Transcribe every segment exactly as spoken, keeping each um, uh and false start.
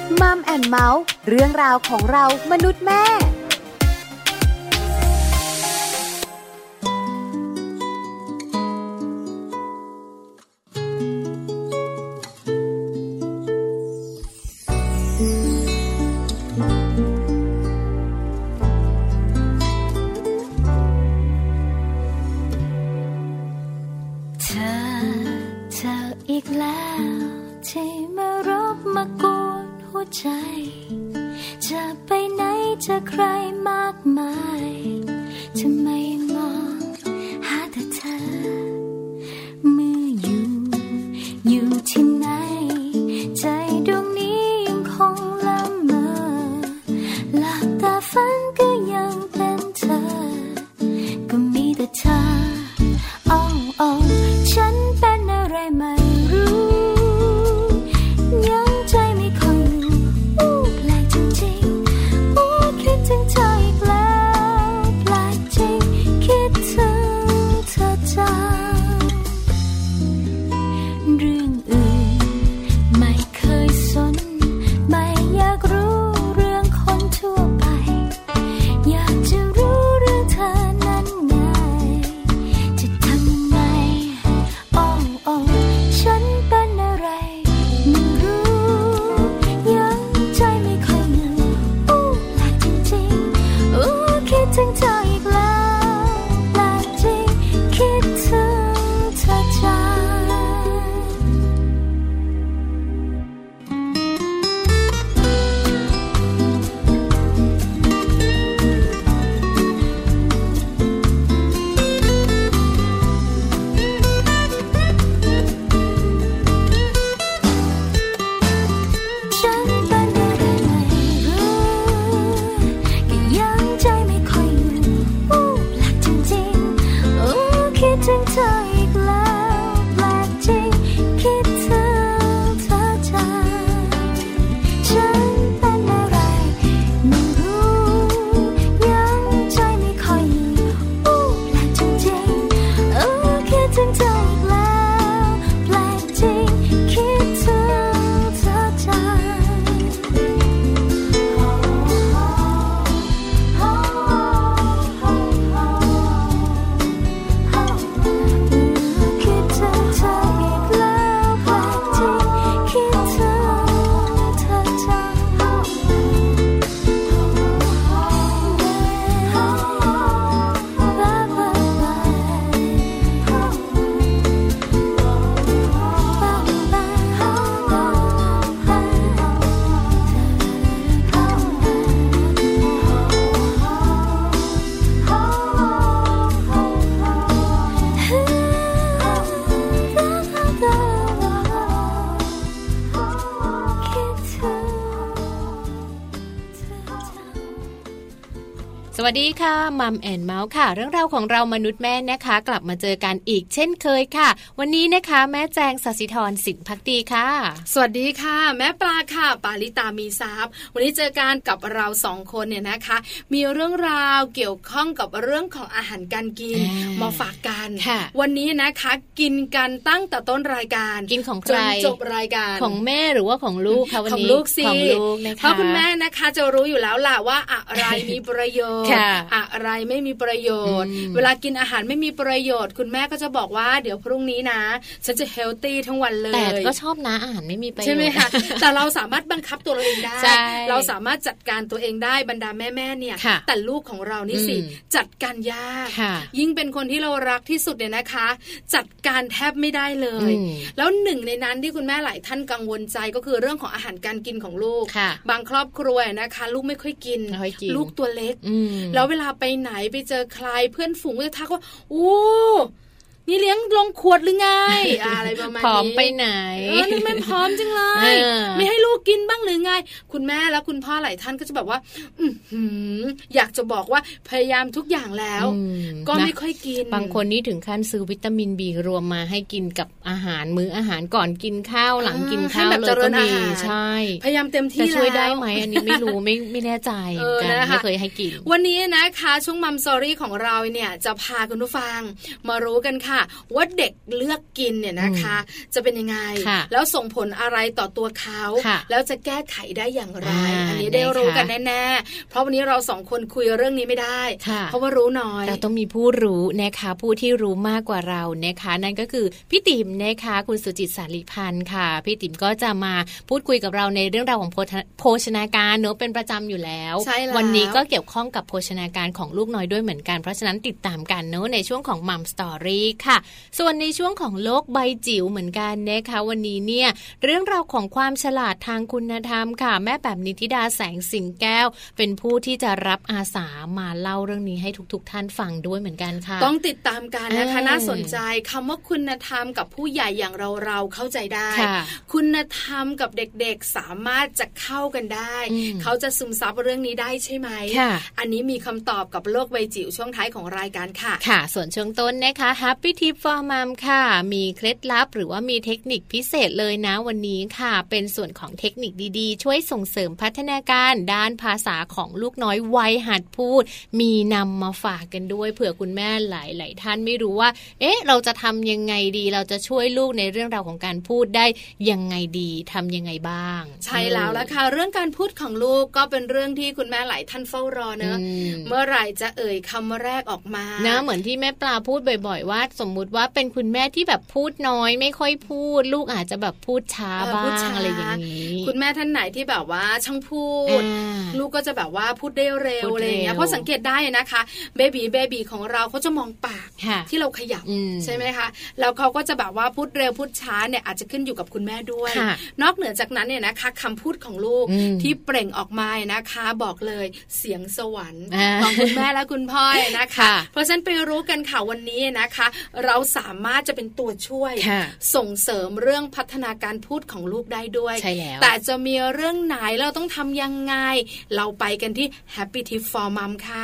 มัมแอนด์เมาส์เรื่องราวของเรามนุษย์แม่อีกแล้วที่มารบมากวนหัวใจจะไปไหนจะใครมากมายจะไม่มองหาแต่เธอเมื่ออยู่อยู่ที่ไหนใจดวงนี้ยังคงละเมอหลับตาฝันก็ยังเป็นเธอก็มีแต่เธอโอ้โอ้ฉันเป็นอะไรไม่สวัสดีค่ะมัมแอนด์เมาส์ค่ะเรื่องราวของเรามนุษย์แม่นะคะกลับมาเจอกันอีกเช่นเคยค่ะวันนี้นะคะแม่แจงศศิธรสินภักดีค่ะสวัสดีค่ะแม่ปลาค่ะปาลิตามีทรัพย์วันนี้เจอกันกับเราสองคนเนี่ยนะคะมีเรื่องราวเกี่ยวข้องกับเรื่องของอาหารการกินมาฝากกันวันนี้นะคะกินกันตั้งแต่ต้นรายการกินของใครจนจบรายการของแม่หรือว่าของลูกคะวันนี้ของลูกสิของลูกนะคะเพราะคุณแม่นะคะจะรู้อยู่แล้วล่ะว่าอะไรมีประโยชน์อะไรไม่มีประโยชน์เวลากินอาหารไม่มีประโยชน์คุณแม่ก็จะบอกว่าเดี๋ยวพรุ่งนี้นะฉันจะเฮลตี้ทั้งวันเลยแต่ก็ชอบนะอาหารไม่มีประโยชน์ใช่ไหมคะแต่เราสามารถบังคับตัวเราเองได้เราสามารถจัดการตัวเองได้บรรดาแม่ๆเนี่ยแต่ลูกของเรานี่สิจัดการยากยิ่งเป็นคนที่เรารักที่สุดเนี่ยนะคะจัดการแทบไม่ได้เลยแล้วหนึ่งในนั้นที่คุณแม่หลายท่านกังวลใจก็คือเรื่องของอาหารการกินของลูกบางครอบครัวนะคะลูกไม่ค่อยกินลูกตัวเล็กแล้วเวลาไปไหนไปเจอใครเพื่อนฝูงก็จะทักว่าโอ้ นี่เลี้ยงลงขวดหรือไง อะไรประมาณนี้พร้อมไปไหนเออนี่มันพร้อมจังเลยไม่ให้ลูกกินบ้างหรือไงคุณแม่และคุณพ่อหลายท่านก็จะแบบว่าอื้อหืออยากจะบอกว่าพยายามทุกอย่างแล้วก็ไม่ค่อยกินบางคนนี่ถึงขั้นซื้อวิตามิน B รวมมาให้กินกับอาหารมื้ออาหารก่อนกินข้าวหลังกินข้าวเลยก็มีใช่พยายามเต็มที่แล้วแต่ช่วยได้ไหมอันนี้ไม่รู้ไม่ไม่แน่ใจกันไม่เคยให้กินวันนี้นะคะช่วงมัมสตอรี่ของเราเนี่ยจะพาคุณผู้ฟังมารู้กันค่ะว่าเด็กเลือกกินเนี่ยนะคะจะเป็นยังไงแล้วส่งผลอะไรต่อตัวเขาแล้วจะแก้ไขได้อย่างไร อ, อันนี้ได้รู้กันแน่ๆเพราะวันนี้เราสองคนคุยเรื่องนี้ไม่ได้เพราะว่ารู้น้อยเราต้องมีผู้รู้นะคะผู้ที่รู้มากกว่าเรานะคะนั่นก็คือพี่ติ๋มนะคะคุณสุจิต สาลีพันธ์ค่ะพี่ติ๋มก็จะมาพูดคุยกับเราในเรื่องราวของโภชนาการเนอะเป็นประจำอยู่แล้ววันนี้ก็เกี่ยวข้องกับโภชนาการของลูกน้อยด้วยเหมือนกันเพราะฉะนั้นติดตามกันเนอะในช่วงของมัมสตอรี่ค่ะส่วนในช่วงของโลกใบจิ๋วเหมือนกันนะคะวันนี้เนี่ยเรื่องราวของความฉลาดทางคุณธรรมค่ะแม่แบบนิติดาแสงสิงแก้วเป็นผู้ที่จะรับอาสามาเล่าเรื่องนี้ให้ทุกๆท่านฟังด้วยเหมือนกันค่ะต้องติดตามกันนะคะน่าสนใจคำว่าคุณธรรมกับผู้ใหญ่อย่างเราเราเข้าใจได้คุณธรรมกับเด็กๆสามารถจะเข้ากันได้เขาจะซึมซับเรื่องนี้ได้ใช่ไหมอันนี้มีคำตอบกับโลกใบจิ๋วช่วงท้ายของรายการค่ะค่ะส่วนช่วงต้นนะคะ Happy Tip for Mom ค่ะมีเคล็ดลับหรือว่ามีเทคนิคพิเศษเลยนะวันนี้ค่ะเป็นส่วนของเทคนิคดีๆช่วยส่งเสริมพัฒนาการด้านภาษาของลูกน้อยวัยหัดพูดมีนำมาฝากกันด้วยเผื่อคุณแม่หลายๆท่านไม่รู้ว่าเอ๊ะเราจะทำยังไงดีเราจะช่วยลูกในเรื่องราวของการพูดได้ยังไงดีทำยังไงบ้างใช่แล้วล่ะค่ะเรื่องการพูดของลูกก็เป็นเรื่องที่คุณแม่หลายท่านเฝ้ารอเนอะเมื่อไหร่จะเอ่ยคำแรกออกมานะเหมือนที่แม่ปลาพูดบ่อยๆว่าสมมุติว่าเป็นคุณแม่ที่แบบพูดน้อยไม่ค่อยพูดลูกอาจจะแบบพูดช้าบ้างอะไรอย่างนี้คุณแม่ท่านไหนที่แบบว่าช่างพูดลูกก็จะแบบว่าพูดได้เร็วอะไรอย่างเงี้ยเพราะสังเกตได้นะคะเบบีเบบีของเราเขาจะมองปากที่เราขยับใช่ไหมคะแล้วเขาก็จะแบบว่าพูดเร็วพูดช้าเนี่ยอาจจะขึ้นอยู่กับคุณแม่ด้วยนอกเหนือจากนั้นเนี่ยนะคะคำพูดของลูกที่เปล่งออกมานะคะบอกเลยเสียงสวรรค์ของคุณแม่และคุณพ่อนะคะเพราะฉะนั้นไปรู้กันค่ะวันนี้นะคะเราสามารถจะเป็นตัวช่วยส่งเสริมเรื่องพัฒนาการพูดของลูกได้ด้วยแต่จะมีเรื่องไหนเราต้องทำยังไงเราไปกันที่ Happy Tip for Mom ค่ะ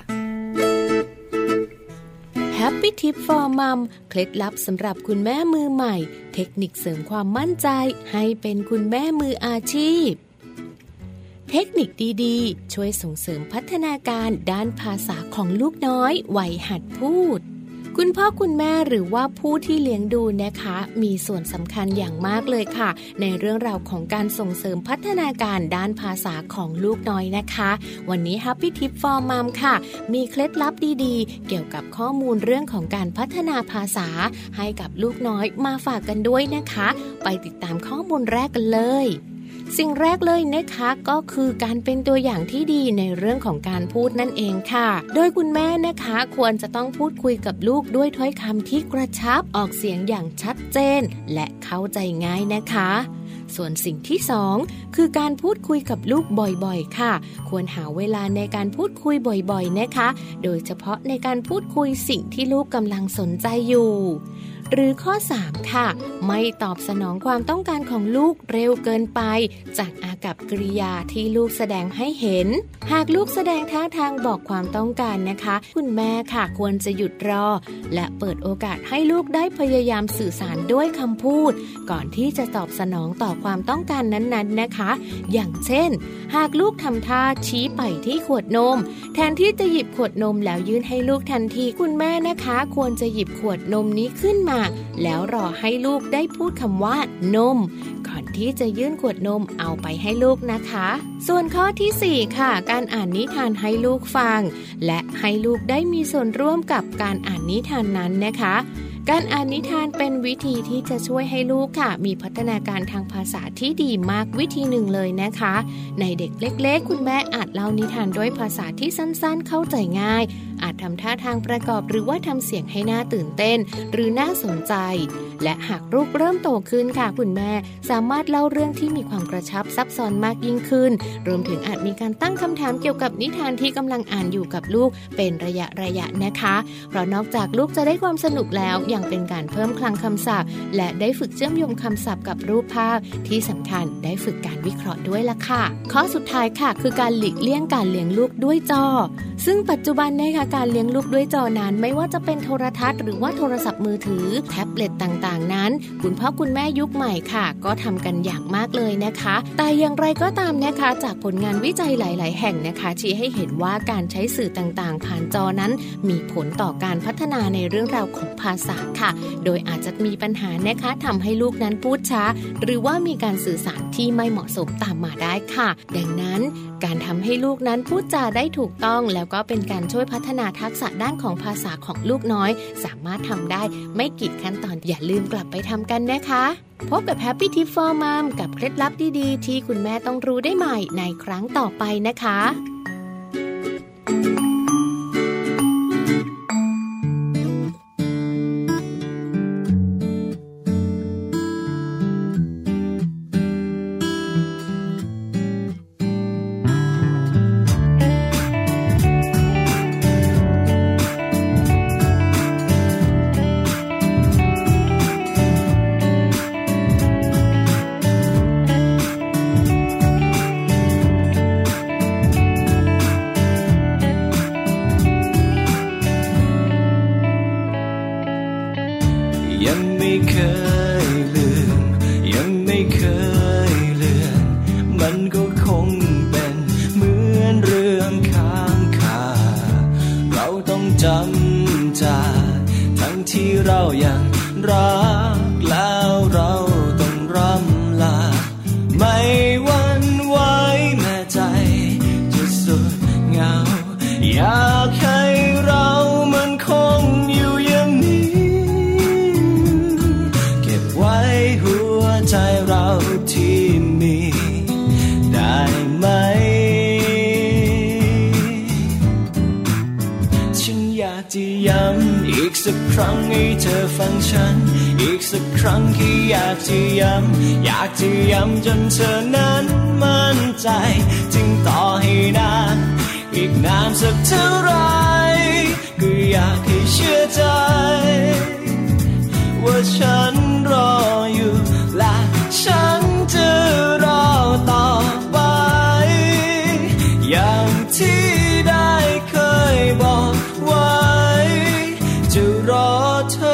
Happy Tip for Mom เคล็ดลับสำหรับคุณแม่มือใหม่เทคนิคเสริมความมั่นใจให้เป็นคุณแม่มืออาชีพเทคนิคดีๆช่วยส่งเสริมพัฒนาการด้านภาษาของลูกน้อยวัยหัดพูดคุณพ่อคุณแม่หรือว่าผู้ที่เลี้ยงดูนะคะมีส่วนสำคัญอย่างมากเลยค่ะในเรื่องราวของการส่งเสริมพัฒนาการด้านภาษาของลูกน้อยนะคะวันนี้ Happy Tip for Mom ค่ะมีเคล็ดลับดีๆเกี่ยวกับข้อมูลเรื่องของการพัฒนาภาษาให้กับลูกน้อยมาฝากกันด้วยนะคะไปติดตามข้อมูลแรกกันเลยสิ่งแรกเลยนะคะก็คือการเป็นตัวอย่างที่ดีในเรื่องของการพูดนั่นเองค่ะโดยคุณแม่นะคะควรจะต้องพูดคุยกับลูกด้วยถ้อยคำที่กระชับออกเสียงอย่างชัดเจนและเข้าใจง่ายนะคะส่วนสิ่งที่สองคือการพูดคุยกับลูกบ่อยๆค่ะควรหาเวลาในการพูดคุยบ่อยๆนะคะโดยเฉพาะในการพูดคุยสิ่งที่ลูกกำลังสนใจอยู่หรือข้อสามค่ะไม่ตอบสนองความต้องการของลูกเร็วเกินไปจากอากัปกิริยาที่ลูกแสดงให้เห็นหากลูกแสดงท่าทางบอกความต้องการนะคะคุณแม่ค่ะควรจะหยุดรอและเปิดโอกาสให้ลูกได้พยายามสื่อสารด้วยคำพูดก่อนที่จะตอบสนองต่อความต้องการนั้นๆนะคะอย่างเช่นหากลูกทำท่าชี้ไปที่ขวดนมแทนที่จะหยิบขวดนมแล้วยื่นให้ลูกทันทีคุณแม่นะคะควรจะหยิบขวดนมนี้ขึ้นมาแล้วรอให้ลูกได้พูดคำว่านมก่อนที่จะยื่นขวดนมเอาไปให้ลูกนะคะส่วนข้อที่สี่ค่ะการอ่านนิทานให้ลูกฟังและให้ลูกได้มีส่วนร่วมกับการอ่านนิทานนั้นนะคะการอ่านนิทานเป็นวิธีที่จะช่วยให้ลูกค่ะมีพัฒนาการทางภาษาที่ดีมากวิธีหนึ่งเลยนะคะในเด็กเล็กๆคุณแม่อาจเล่านิทานด้วยภาษาที่สั้นๆเข้าใจง่ายอาจทำท่าทางประกอบหรือว่าทำเสียงให้น่าตื่นเต้นหรือน่าสนใจและหากลูกเริ่มโตขึ้นค่ะคุณแม่สามารถเล่าเรื่องที่มีความกระชับซับซ้อนมากยิ่งขึ้นรวมถึงอาจมีการตั้งคำถามเกี่ยวกับนิทานที่กำลังอ่านอยู่กับลูกเป็นระยะระยะนะคะเพราะนอกจากลูกจะได้ความสนุกแล้วยังเป็นการเพิ่มคลังคำศัพท์และได้ฝึกเชื่อมโยงคำศัพท์กับรูปภาพที่สำคัญได้ฝึกการวิเคราะห์ด้วยล่ะค่ะข้อสุดท้ายค่ะคือการหลีกเลี่ยงการเลี้ยงลูกด้วยจอซึ่งปัจจุบันนะคะการเลี้ยงลูกด้วยจอนั้นไม่ว่าจะเป็นโทรทัศน์หรือว่าโทรศัพท์มือถือแท็บเล็ตต่างๆนั้นคุณพ่อคุณแม่ยุคใหม่ค่ะก็ทำกันอย่างมากเลยนะคะแต่อย่างไรก็ตามนะคะจากผลงานวิจัยหลายๆแห่งนะคะชี้ให้เห็นว่าการใช้สื่อต่างๆผ่านจอนั้นมีผลต่อการพัฒนาในเรื่องราวของภาษาค่ะโดยอาจจะมีปัญหานะคะทำให้ลูกนั้นพูดช้าหรือว่ามีการสื่อสารที่ไม่เหมาะสมตามมาได้ค่ะดังนั้นการทำให้ลูกนั้นพูดจาได้ถูกต้องแล้วก็เป็นการช่วยพัฒนาทักษะด้านของภาษาของลูกน้อยสามารถทำได้ไม่กี่ขั้นตอนอย่าลืมกลับไปทำกันนะคะพบกับ Happy Tip for Mom กับเคล็ดลับดีๆที่คุณแม่ต้องรู้ได้ใหม่ในครั้งต่อไปนะคะสักครั้งให้เธอฟังฉันอีกสักครั้งที่อยากจะย้ำอยากจะย้ำจนเธอนั้นมั่นใจจึงต่อให้นานอีกนานสักเท่าไรก็อยากให้เชื่อใจว่าฉันรออยู่และฉันจะรอต่อไปอย่างที่ได้เคยบอกไว้จะรอเธอ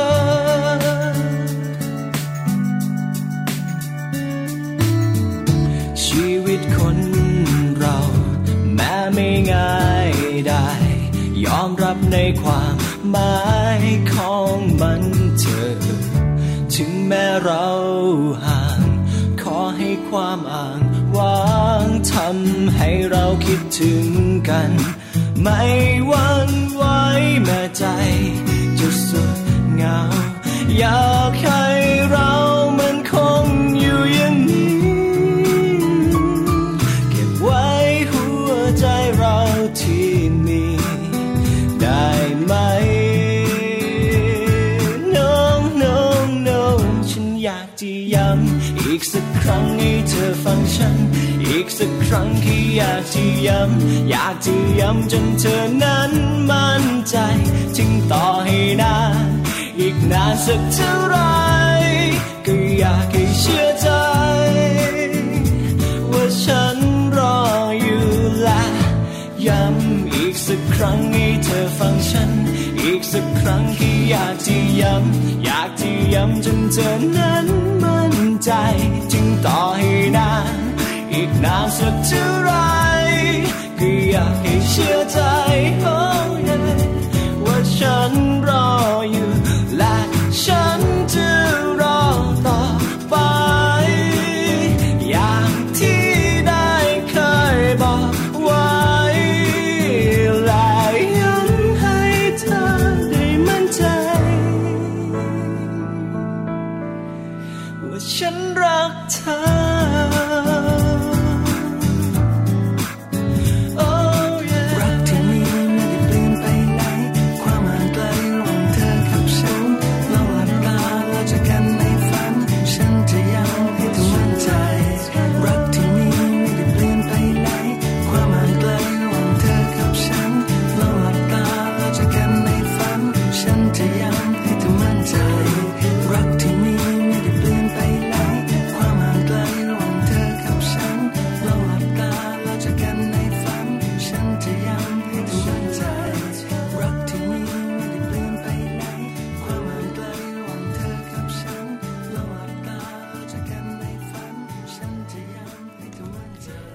ชีวิตคนเราแม้ไม่ง่ายได้ยอมรับในความหมายของมันเธอถึงแม้เราห่างขอให้ความอ่างว้างทำให้เราคิดถึงกันไม่หวั่นไหวแม้ใจจะสุดเหงาอยากให้เรามันคงอยู่อย่างนี้เก็บไว้หัวใจเราที่มีได้ไหม No No No ฉันอยากจะย้ำอีกสักครั้งให้เธอฟังฉันอีกสักครั้งที่อยากจะย้ำอยากจะย้ำจนเธอนั้นมั่นใจจึงต่อให้นานอีกนานสักเท่าไรก็อยากให้เชื่อใจว่าฉันรออยู่และย้ำอีกสักครั้งให้เธอฟังฉันอีกสักครั้งที่อยากจะย้ำอยากจะย้ำจนเธอนั้นมั่นใจจึงต่อให้นานอีกนานสักเท่าไรก็อยากให้เชื่อใจ oh yeah ว่าฉันรออยู่และฉันจะรอต่อไปอย่างที่ได้เคยบอกไว้และย้ำให้เธอได้มั่นใจว่าฉันรักเธอรักถึง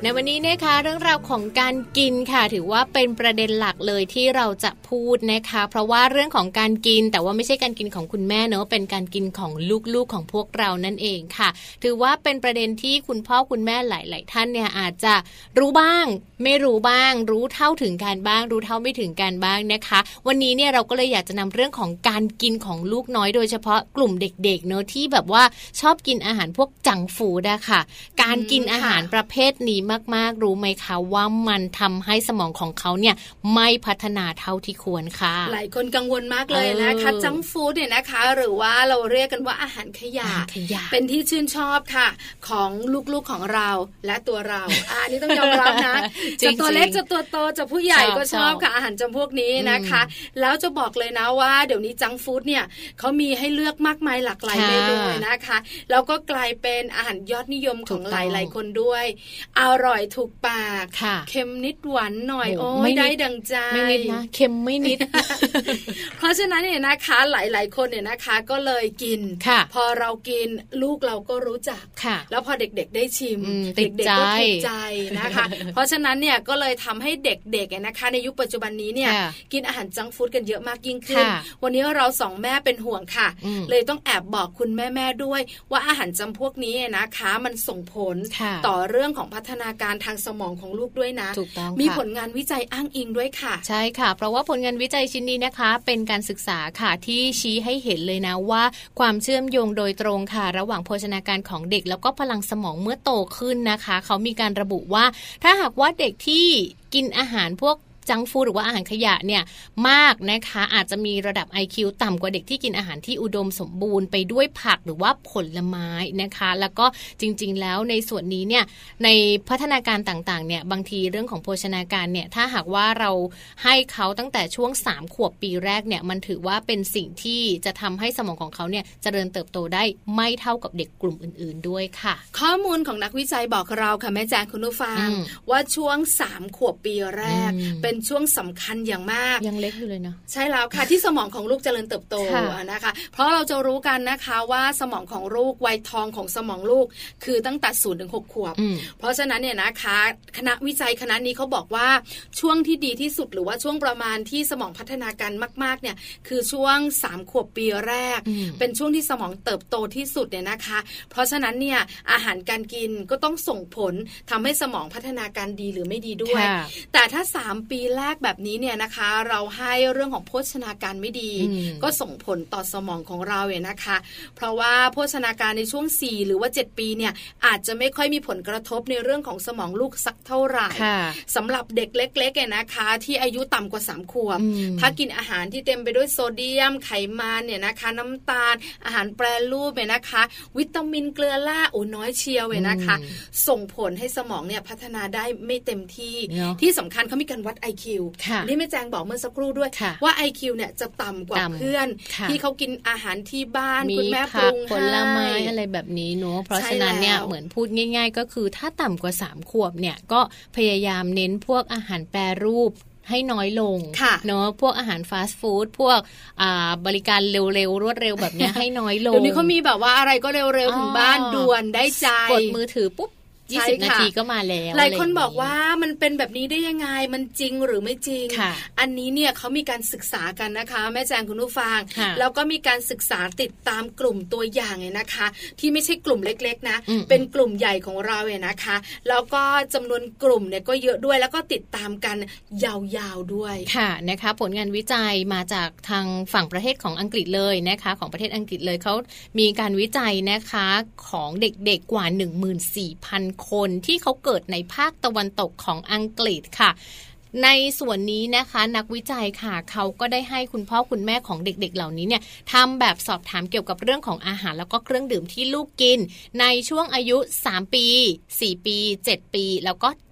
ในวันนี้นะคะเรื่องราวของการกินค่ะถือว่าเป็นประเด็นหลักเลยที่เราจะพูดนะคะเพราะว่าเรื่องของการกินแต่ว่าไม่ใช่การกินของคุณแม่เนอะเป็นการกินของลูกๆของพวกเรานั่นเองค่ะถือว่าเป็นประเด็นที่คุณพ่อคุณแม่หลายๆท่านเนี่ยอาจจะรู้บ้างไม่รู้บ้างรู้เท่าถึงการบ้างรู้เท่าไม่ถึงการบ้างนะคะวันนี้เนี่ยเราก็เลยอยากจะนำเรื่องของการกินของลูกน้อยโดยเฉพาะกลุ่มเด็กๆเนอะที่แบบว่าชอบกินอาหารพวกจังก์ฟู้ดอะค่ะการกินอาหารประเภทนี้มากๆรู้ไหมคะว่ามันทำให้สมองของเขาเนี่ยไม่พัฒนาเท่าที่ควรค่ะหลายคนกังวลมากเลยนะคะจังก์ฟู้ดเนี่ยนะคะหรือว่าเราเรียกกันว่าอาหารขยะเป็นที่ชื่นชอบค่ะของลูกๆของเราและตัวเราอันนี้ต้องยอมรับนะจะตัวเล็กจะตัวโตจะผู้ใหญ่ก็ชอบค่ะอาหารจำพวกนี้นะคะแล้วจะบอกเลยนะว่าเดี๋ยวนี้จังก์ฟู้ดเนี่ยเขามีให้เลือกมากมายหลากหลายเมนูนะคะแล้วก็กลายเป็นอาหารยอดนิยมของหลายๆคนด้วยอร่อยถูกปากเค็มนิดหวานหน่อยโอ้ไม่ได้ดังใจไม่นิดนะเค็มไม่นิดเพราะฉะนั้นเนี่ยนะคะหลายๆคนเนี่ยนะคะก็เลยกินพอเรากินลูกเราก็รู้จักแล้วพอเด็กๆได้ชิมเด็กๆก็ถูกใจนะคะเพราะฉะนั้นเนี่ยก็เลยทำให้เด็กๆนะคะในยุคปัจจุบันนี้เนี่ยกินอาหารจังก์ฟู้ดกันเยอะมากยิ่งขึ้นวันนี้เราสองแม่เป็นห่วงค่ะเลยต้องแอบบอกคุณแม่ๆด้วยว่าอาหารจำพวกนี้นะคะมันส่งผลต่อเรื่องของพัฒนาการทางสมองของลูกด้วยนะมีผลงานวิจัยอ้างอิงด้วยค่ะใช่ค่ะเพราะว่าผลงานวิจัยชิ้นนี้นะคะเป็นการศึกษาค่ะที่ชี้ให้เห็นเลยนะว่าความเชื่อมโยงโดยตรงค่ะระหว่างโภชนาการของเด็กแล้วก็พลังสมองเมื่อโตขึ้นนะคะเขามีการระบุว่าถ้าหากว่าเด็กที่กินอาหารพวกจังก์ฟู้ดหรือว่าอาหารขยะเนี่ยมากนะคะอาจจะมีระดับ ไอ คิว ต่ำกว่าเด็กที่กินอาหารที่อุดมสมบูรณ์ไปด้วยผักหรือว่าผลไม้นะคะแล้วก็จริงๆแล้วในส่วนนี้เนี่ยในพัฒนาการต่างๆเนี่ยบางทีเรื่องของโภชนาการเนี่ยถ้าหากว่าเราให้เขาตั้งแต่ช่วงสามขวบปีแรกเนี่ยมันถือว่าเป็นสิ่งที่จะทำให้สมองของเขาเนี่ยเจริญเติบโตได้ไม่เท่ากับเด็กกลุ่มอื่นๆด้วยค่ะข้อมูลของนักวิจัยบอกเราค่ะแม่แจงคุณผู้ฟังว่าช่วงสามขวบปีแรกเป็นช่วงสำคัญอย่างมากยังเล็กอยู่เลยเนาะใช่แล้วค่ะที่สมองของลูกเจริญเติบโตนะคะเพราะเราจะรู้กันนะคะว่าสมองของลูกวัยทองของสมองลูกคือตั้งแต่ศูนย์ถึงหกขวบเพราะฉะนั้นเนี่ยนะคะคณะวิจัยคณะนี้เขาบอกว่าช่วงที่ดีที่สุดหรือว่าช่วงประมาณที่สมองพัฒนาการมากๆเนี่ยคือช่วงสามขวบปีแรกเป็นช่วงที่สมองเติบโตที่สุดเนี่ยนะคะเพราะฉะนั้นเนี่ยอาหารการกินก็ต้องส่งผลทำให้สมองพัฒนาการดีหรือไม่ดีด้วยแต่ถ้าสามปีแรกแบบนี้เนี่ยนะคะเราให้เรื่องของโภชนาการไม่ดีก็ส่งผลต่อสมองของเราเนี่ยนะคะเพราะว่าโภชนาการในช่วงสี่หรือว่าเจ็ดปีเนี่ยอาจจะไม่ค่อยมีผลกระทบในเรื่องของสมองลูกสักเท่าไหร่สำหรับเด็กเล็กๆเนี่ยนะคะที่อายุต่ำกว่าสามขวบถ้ากินอาหารที่เต็มไปด้วยโซเดียมไขมันเนี่ยนะคะน้ำตาลอาหารแปรรูปเนี่ยนะคะวิตามินเกลือแร่โอ้น้อยเชียวเนี่ยนะคะส่งผลให้สมองเนี่ยพัฒนาได้ไม่เต็มที่ที่สำคัญเขามีการวัด ไอ คิว นี่แม่แจงบอกเมื่อสักครู่ด้วยว่า ไอ คิว เนี่ยจะต่ำกว่าเพื่อนที่เขากินอาหารที่บ้านคุณแม่ปรุงให้ผลไม้อะไรแบบนี้เนาะเพราะฉะนั้นเนี่ยเหมือนพูดง่ายๆก็คือถ้าต่ำกว่าสามขวบเนี่ยก็พยายามเน้นพวกอาหารแปรรูปให้น้อยลงเนาะพวกอาหารฟาสต์ฟู้ดพวกบริการเร็วๆรวดเร็วแบบนี้ให้น้อยลงเดี๋ยวนี้เขามีแบบว่าอะไรก็เร็วๆถึงบ้านด่วนได้ใจกดมือถือปุ๊บยี่สิบนาทีก็มาแล้วหลายคนบอกว่ามันเป็นแบบนี้ได้ยังไงมันจริงหรือไม่จริงอันนี้เนี่ยเขามีการศึกษากันนะคะแม่แจงคุณผู้ฟังแล้วก็มีการศึกษาติดตามกลุ่มตัวอย่างเนี่ยนะคะที่ไม่ใช่กลุ่มเล็กๆนะเป็นกลุ่มใหญ่ของเราเนี่ยนะคะแล้วก็จำนวนกลุ่มเนี่ยก็เยอะด้วยแล้วก็ติดตามกันยาวๆด้วยค่ะนะคะผลงานวิจัยมาจากทางฝั่งประเทศของอังกฤษเลยนะคะของประเทศอังกฤษเลยเขามีการวิจัยนะคะของเด็กๆกว่า หนึ่งหมื่นสี่พันคนที่เขาเกิดในภาคตะวันตกของอังกฤษค่ะในส่วนนี้นะคะนักวิจัยค่ะเขาก็ได้ให้คุณพ่อคุณแม่ของเด็กๆเหล่านี้เนี่ยทำแบบสอบถามเกี่ยวกับเรื่องของอาหารแล้วก็เครื่องดื่มที่ลูกกินในช่วงอายุสามปีสี่ปีเจ็ดปีแล้วก็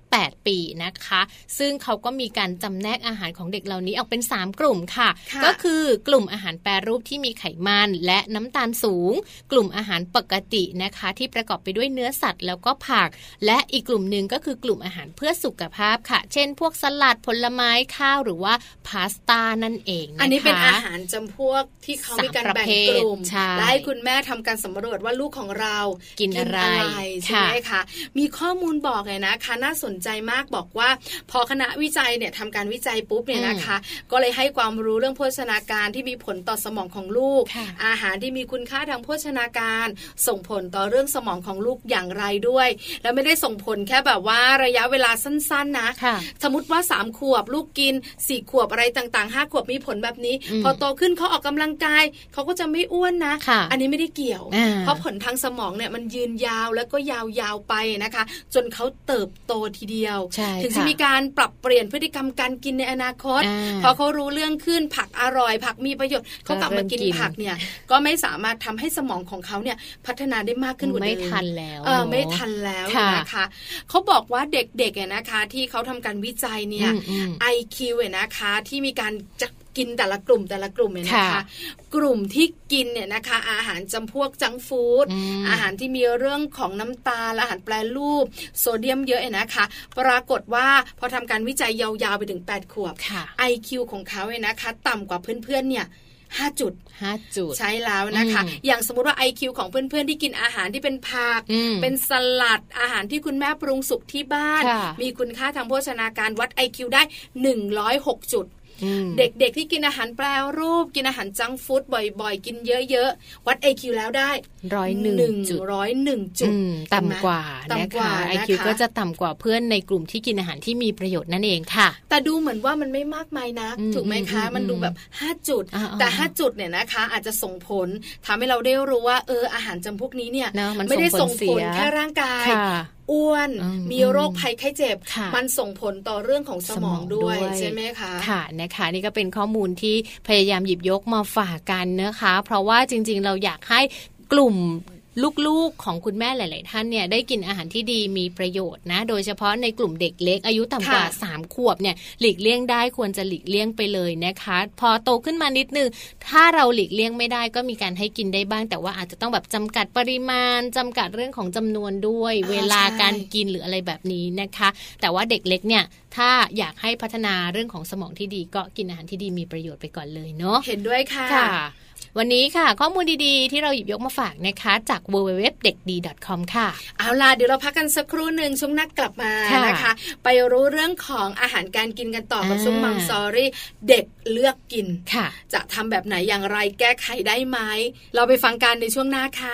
แปดปีนะคะซึ่งเขาก็มีการจำแนกอาหารของเด็กเหล่านี้ออกเป็นสามกลุ่มค่ะก็คือกลุ่มอาหารแปรรูปที่มีไขมันและน้ำตาลสูงกลุ่มอาหารปกตินะคะที่ประกอบไปด้วยเนื้อสัตว์แล้วก็ผักและอีกกลุ่มนึงก็คือกลุ่มอาหารเพื่อสุขภาพค่ะเช่นพวกสลัดผลไม้ข้าวหรือว่าพาสต้านั่นเองนะคะอันนี้เป็นอาหารจำพวกที่เขามีการแบ่งกลุ่มและให้คุณแม่ทำการสำรวจว่าลูกของเรากินอะไรใช่ไหมคะมีข้อมูลบอกเลยนะคะน่าสนใจมากบอกว่าพอคณะวิจัยเนี่ยทำการวิจัยปุ๊บเนี่ยนะคะก็เลยให้ความรู้เรื่องโภชนาการที่มีผลต่อสมองของลูกอาหารที่มีคุณค่าทางโภชนาการส่งผลต่อเรื่องสมองของลูกอย่างไรด้วยแล้วไม่ได้ส่งผลแค่แบบว่าระยะเวลาสั้นๆนะสมมติว่าสามขวบลูกกินสี่ขวบอะไรต่างๆห้าขวบมีผลแบบนี้พอโตขึ้นเขาออกกำลังกายเขาก็จะไม่อ้วนนะอันนี้ไม่ได้เกี่ยวเพราะผลทางสมองเนี่ยมันยืนยาวแล้วก็ยาวๆไปนะคะจนเขาเติบโตทีเดียวถึงจะมีการปรับเปลี่ยนพฤติกรรมการกินในอนาคตพอเขารู้เรื่องขึ้นผักอร่อยผักมีประโยชน์เขากลับมากินผักเนี่ยก็ไม่สามารถทำให้สมองของเขาเนี่ยพัฒนาได้มากขึ้นกว่าเดิมไม่ทันแล้วเออไม่ทันแล้วนะคะเขาบอกว่าเด็กๆเนี่ยนะคะที่เขาทำการวิจัยเนี่ย ไอ คิว เนี่ยนะคะที่มีการจัดกินแต่ละกลุ่มแต่ละกลุ่มเนี่ยนะคะกลุ่มที่กินเนี่ยนะคะอาหารจำพวกจังก์ฟู้ดอาหารที่มีเรื่องของน้ำตาลอาหารแปรรูปโซเดียมเยอะเนี่ยนะคะปรากฏว่าพอทำการวิจัยยาวๆไปถึงแปดขวบ ไอ คิว ของเขาเนี่ยนะคะต่ำกว่าเพื่อนๆเนี่ยห้าจุดห้าจุดใช่แล้วนะคะอย่างสมมุติว่า ไอ คิว ของเพื่อนๆที่กินอาหารที่เป็นผักเป็นสลัดอาหารที่คุณแม่ปรุงสุกที่บ้านมีคุณค่าทางโภชนาการวัด ไอ คิว ได้หนึ่งร้อยหกจุดเด็กๆที่กินอาหารแปรรูปกินอาหารจังก์ฟู้ดบ่อยๆกินเยอะๆวัด ไอ คิว แล้วได้หนึ่งร้อยหนึ่งจุดหนึ่งร้อยหนึ่งจุดต่ำกว่านะคะ ไอ คิว ก็จะต่ำกว่าเพื่อนในกลุ่มที่กินอาหารที่มีประโยชน์นั่นเองค่ะแต่ดูเหมือนว่ามันไม่มากมายนักถูกไหมคะมันดูแบบห้าจุดแต่ห้าจุดเนี่ยนะคะอาจจะส่งผลทำให้เราได้รู้ว่าเอออาหารจำพวกนี้เนี่ยไม่ได้ส่งผลแค่ร่างกายอ้วนมีโรคภัยไข้เจ็บมันส่งผลต่อเรื่องของสมองด้วยใช่ไหมคะค่ะนะคะนี่ก็เป็นข้อมูลที่พยายามหยิบยกมาฝากกันนะคะเพราะว่าจริงๆเราอยากให้กลุ่มลูกๆของคุณแม่หลายๆท่านเนี่ยได้กินอาหารที่ดีมีประโยชน์นะโดยเฉพาะในกลุ่มเด็กเล็กอายุต่ำกว่าสามขวบเนี่ยหลีกเลี่ยงได้ควรจะหลีกเลี่ยงไปเลยนะคะพอโตขึ้นมานิดนึงถ้าเราหลีกเลี่ยงไม่ได้ก็มีการให้กินได้บ้างแต่ว่าอาจจะต้องแบบจำกัดปริมาณจำกัดเรื่องของจำนวนด้วยเวลาการกินหรืออะไรแบบนี้นะคะแต่ว่าเด็กเล็กเนี่ยถ้าอยากให้พัฒนาเรื่องของสมองที่ดีก็กินอาหารที่ดีมีประโยชน์ไปก่อนเลยเนาะเห็นด้วยค่ะวันนี้ค่ะข้อมูลดีๆที่เราหยิบยกมาฝากนะคะจาก ดับเบิลยู ดับเบิลยู ดับเบิลยู ดอท เด็กดี ดอท คอม ค่ะเอาล่ะเดี๋ยวเราพักกันสักครู่นึงช่วงหน้ากลับมานะคะไปรู้เรื่องของอาหารการกินกันต่อกับช่วงมัมซอรี่เด็กเลือกกินจะทำแบบไหนอย่างไรแก้ไขได้ไหมเราไปฟังกันในช่วงหน้าค่ะ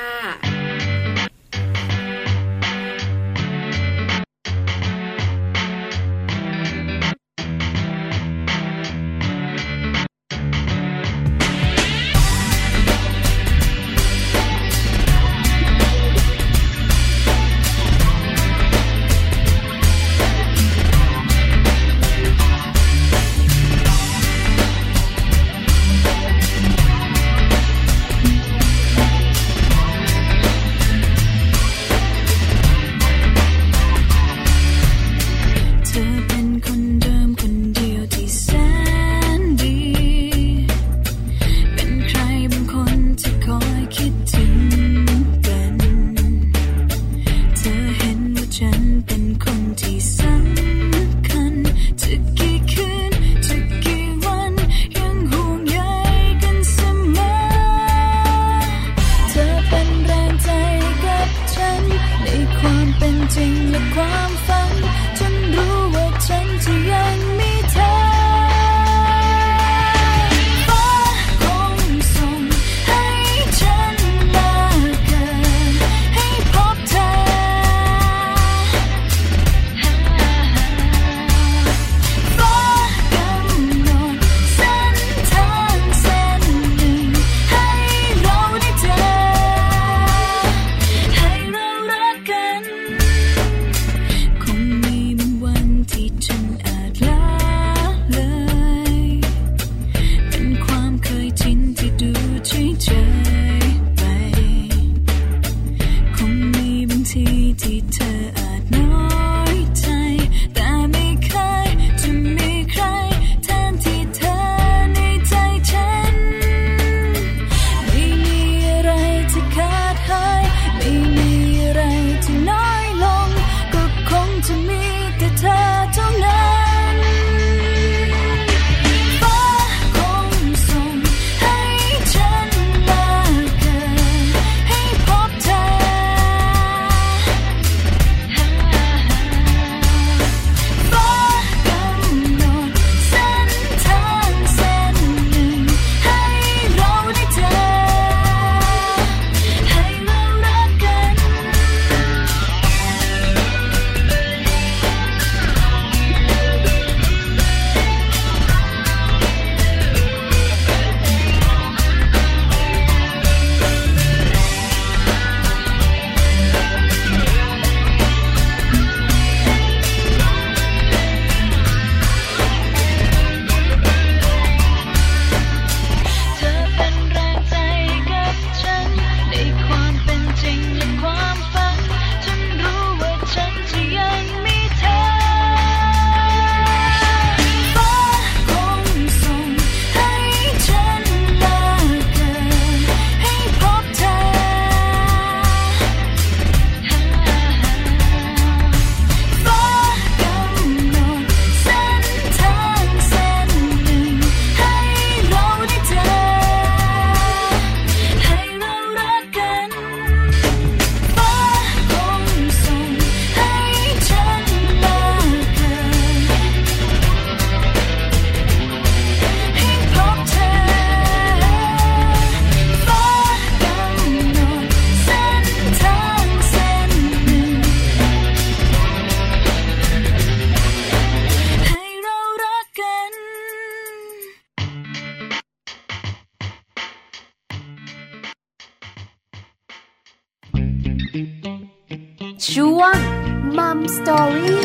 ช่วงมัมสตอรี่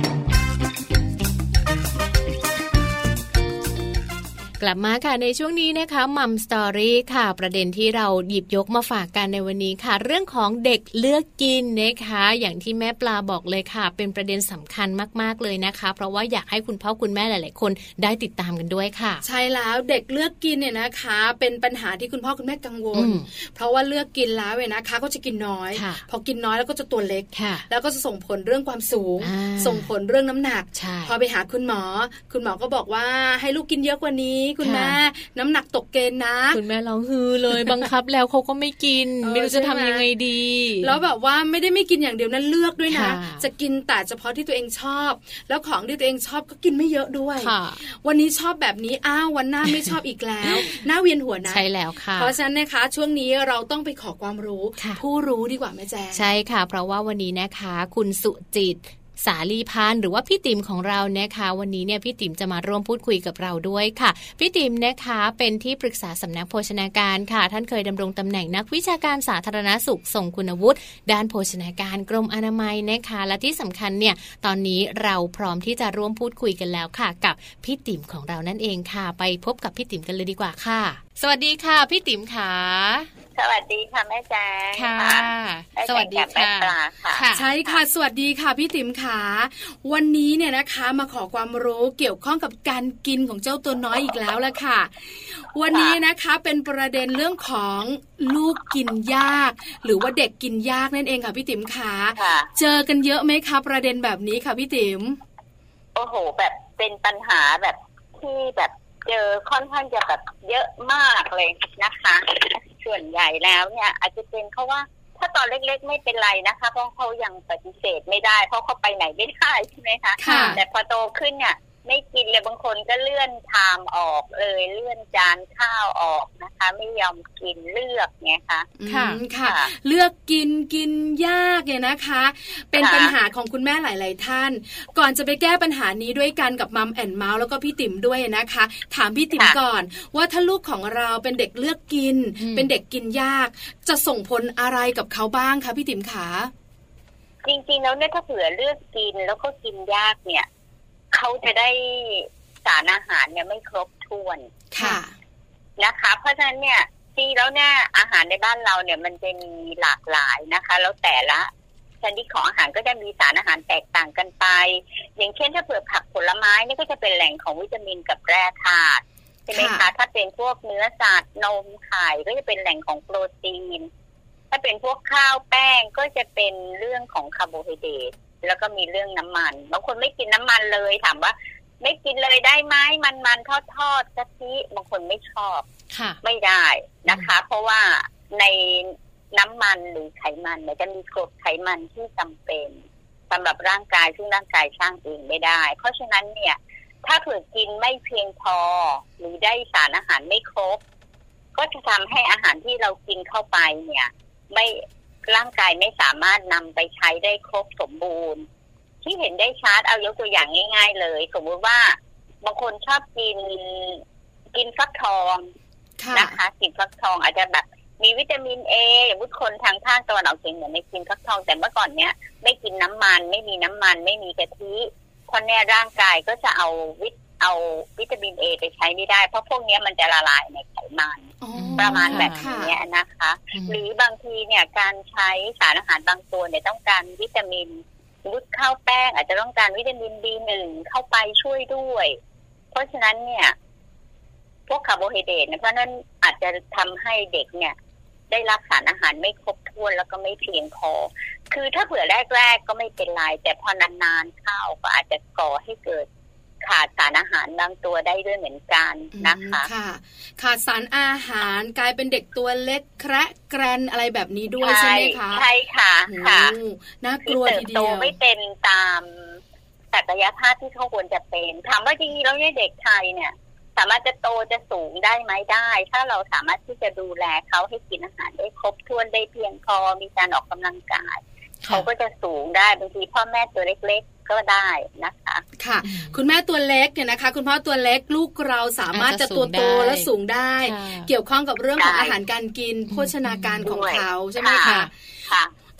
กลับมาค่ะในช่วงนี้นะคะมัมสตอรี่ค่ะประเด็นที่เราหยิบยกมาฝากกันในวันนี้ค่ะเรื่องของเด็กเลือกกินนะคะอย่างที่แม่ปลาบอกเลยค่ะเป็นประเด็นสำคัญมากๆเลยนะคะเพราะว่าอยากให้คุณพ่อคุณแม่หลายๆคนได้ติดตามกันด้วยค่ะใช่แล้วเด็กเลือกกินเนี่ยนะคะเป็นปัญหาที่คุณพ่อคุณแม่กังวลเพราะว่าเลือกกินแล้วเนี่ยนะคะก็จะกินน้อยพอกินน้อยแล้วก็จะตัวเล็กแล้วก็จะส่งผลเรื่องความสูงส่งผลเรื่องน้ำหนักพอไปหาคุณหมอคุณหมอก็บอกว่าให้ลูกกินเยอะกว่านี้คุณแม่น้ำหนักตกเกณฑ์นะคุณแม่ร้องฮือเลยบังคับแล้วเขาก็ไม่กิน ไม่รู้จะทำยังไงดีแล้วแบบว่าไม่ได้ไม่กินอย่างเดียวนั้นเลือกด้วยนะจะกินแต่เฉพาะที่ตัวเองชอบแล้วของที่ตัวเองชอบก็กินไม่เยอะด้วยวันนี้ชอบแบบนี้อ้าววันหน้าไม่ชอบอีกแล้วหน้าเวียนหัวนะใช่แล้วค่ะเพราะฉะนั้นนะคะช่วงนี้เราต้องไปขอความรู้ผู้รู้ดีกว่าแม่แจ้งใช่ค่ะเพราะว่าวันนี้นะคะคุณสุจิตสาลีพานหรือว่าพี่ติ๋มของเรานะคะวันนี้เนี่ยพี่ติ๋มจะมาร่วมพูดคุยกับเราด้วยค่ะพี่ติ๋มนะคะเป็นที่ปรึกษาสำนักโภชนาการค่ะท่านเคยดำรงตำแหน่งนักวิชาการสาธารณสุขทรงคุณวุฒิด้านโภชนาการกรมอนามัยนะคะและที่สำคัญเนี่ยตอนนี้เราพร้อมที่จะร่วมพูดคุยกันแล้วค่ะกับพี่ติ๋มของเรานั่นเองค่ะไปพบกับพี่ติ๋มกันเลยดีกว่าค่ะสวัสดีค่ะพี่ติ๋มค่ะสวัสดีค่ะแม่แจ้งค่ะสวัสดีค่ะใช่ค่ะสวัสดีค่ะพี่ติ๋มค่ะวันนี้เนี่ยนะคะมาขอความรู้เกี่ยวข้องกับการกินของเจ้าตัวน้อยอีกแล้วละค่ะวันนี้นะคะเป็นประเด็นเรื่องของลูกกินยากหรือว่าเด็กกินยากนั่นเองค่ะพี่ติ๋มค่ะเจอกันเยอะไหมคะประเด็นแบบนี้ค่ะพี่ติ๋มโอ้โหแบบเป็นปัญหาแบบที่แบบเจอค่อนข้างจะแบบเยอะมากเลยนะคะส่วนใหญ่แล้วเนี่ยอาจจะเป็นเพราะว่าถ้าตอนเล็กๆไม่เป็นไรนะคะเพราะเขายังปฏิเสธไม่ได้เพราะเขาไปไหนไม่ได้ใช่ไหมคะแต่พอโตขึ้นเนี่ยไม่กินเลยบางคนก็เลื่อนชามออกเลยเลื่อนจานข้าวออกนะคะไม่ยอมกินเลือกไงคะค่ะค่ะเลือกกินกินยากเนี่ยนะคะเป็นปัญหาของคุณแม่หลายๆท่านก่อนจะไปแก้ปัญหานี้ด้วยกันกับมัมแอนด์เมาส์แล้วก็พี่ติ๋มด้วยนะคะถามพี่ติ๋มก่อนว่าถ้าลูกของเราเป็นเด็กเลือกกินเป็นเด็กกินยากจะส่งผลอะไรกับเขาบ้างคะพี่ติ๋มขาจริงๆแล้วเนี่ยถ้าเผื่อเลือกกินแล้วก็กินยากเนี่ยเขาจะได้สารอาหารเนี่ยไม่ครบถ้วนค่ะนะคะเพราะฉะนั้นเนี่ยจริงแล้วเนี่ยอาหารในบ้านเราเนี่ยมันจะมีหลากหลายนะคะแล้วแต่ละชนิดของอาหารก็จะมีสารอาหารแตกต่างกันไปอย่างเช่นถ้าเผื่อผักผลไม้นี่ก็จะเป็นแหล่งของวิตามินกับแร่ธาตุใช่ไหมคะถ้าเป็นพวกเนื้อสัตว์นมไข่ก็จะเป็นแหล่งของโปรตีนถ้าเป็นพวกข้าวแป้งก็จะเป็นเรื่องของคาร์โบไฮเดรตแล้วก็มีเรื่องน้ำมันบางคนไม่กินน้ำมันเลยถามว่าไม่กินเลยได้ไหมมันมันทอดทอดกะทิบางคนไม่ชอบไม่ได้นะคะเพราะว่าในน้ำมันหรือไขมันเนี่ยจะมีกรดไขมันที่จำเป็นสำหรับร่างกายซึ่งร่างกายสร้างเองไม่ได้เพราะฉะนั้นเนี่ยถ้าเผื่อกินไม่เพียงพอหรือได้สารอาหารไม่ครบก็จะทำให้อาหารที่เรากินเข้าไปเนี่ยไม่ร่างกายไม่สามารถนำไปใช้ได้ครบสมบูรณ์ที่เห็นได้ชัดเอายกตัวอย่างง่ายๆเลยสมมติว่าบางคนชอบกินกินฟักทองนะคะกินฟักทองอาจจะแบบมีวิตามินเออย่างบุคคลทางภาคตะวันออกเฉียงเหนือไม่กินฟักทองแต่เมื่อก่อนเนี้ยไม่กินน้ำมันไม่มีน้ำมันไม่มีกะทิเพราะเนี่ยร่างกายก็จะเอาวิตเอาวิตามินเอไปใช้ไม่ได้เพราะพวกนี้มันจะละลายในไขมันประมาณแบบนี้นะคะหรือบางทีเนี่ยการใช้สารอาหารบางตัวเนี่ยต้องการวิตามินวุ้นข้าวแป้งอาจจะต้องการวิตามิน บี หนึ่ง เข้าไปช่วยด้วยเพราะฉะนั้นเนี่ยพวกคาร์โบไฮเดรตเนี่ยเพราะนั้นอาจจะทำให้เด็กเนี่ยได้รับสารอาหารไม่ครบถ้วนแล้วก็ไม่เพียงพอคือถ้าเผื่อแรกๆก็ไม่เป็นไรแต่พอนานๆเข้าก็อาจจะก่อให้เกิดขาดสารอาหารบางตัวได้ด้วยเหมือนกันนะคะค่ะขาดสารอาหารกลายเป็นเด็กตัวเล็กแคระแกรนอะไรแบบนี้ด้วยใช่ไหมคะใช่ค่ะค่ะน่ากลัวทีเดียวโตไม่เป็นตามศักยภาพที่เขาควรจะเป็นถามว่าจริงๆแล้วเนี่ยเด็กไทยเนี่ยสามารถจะโตจะสูงได้ไหมได้ถ้าเราสามารถที่จะดูแลเขาให้กินอาหารได้ครบถ้วนได้เพียงพอมีการออกกำลังกายเขาก็จะสูงได้บางทีพ่อแม่ตัวเล็กๆก็ได้นะคะค่ะคุณแม่ตัวเล็กเนี่ยนะคะคุณพ่อตัวเล็กลูกเราสามารถจะตัวโตและสูงได้เกี่ยวข้องกับเรื่องของอาหารการกินโภชนาการของเขาใช่ไหมคะค่ะต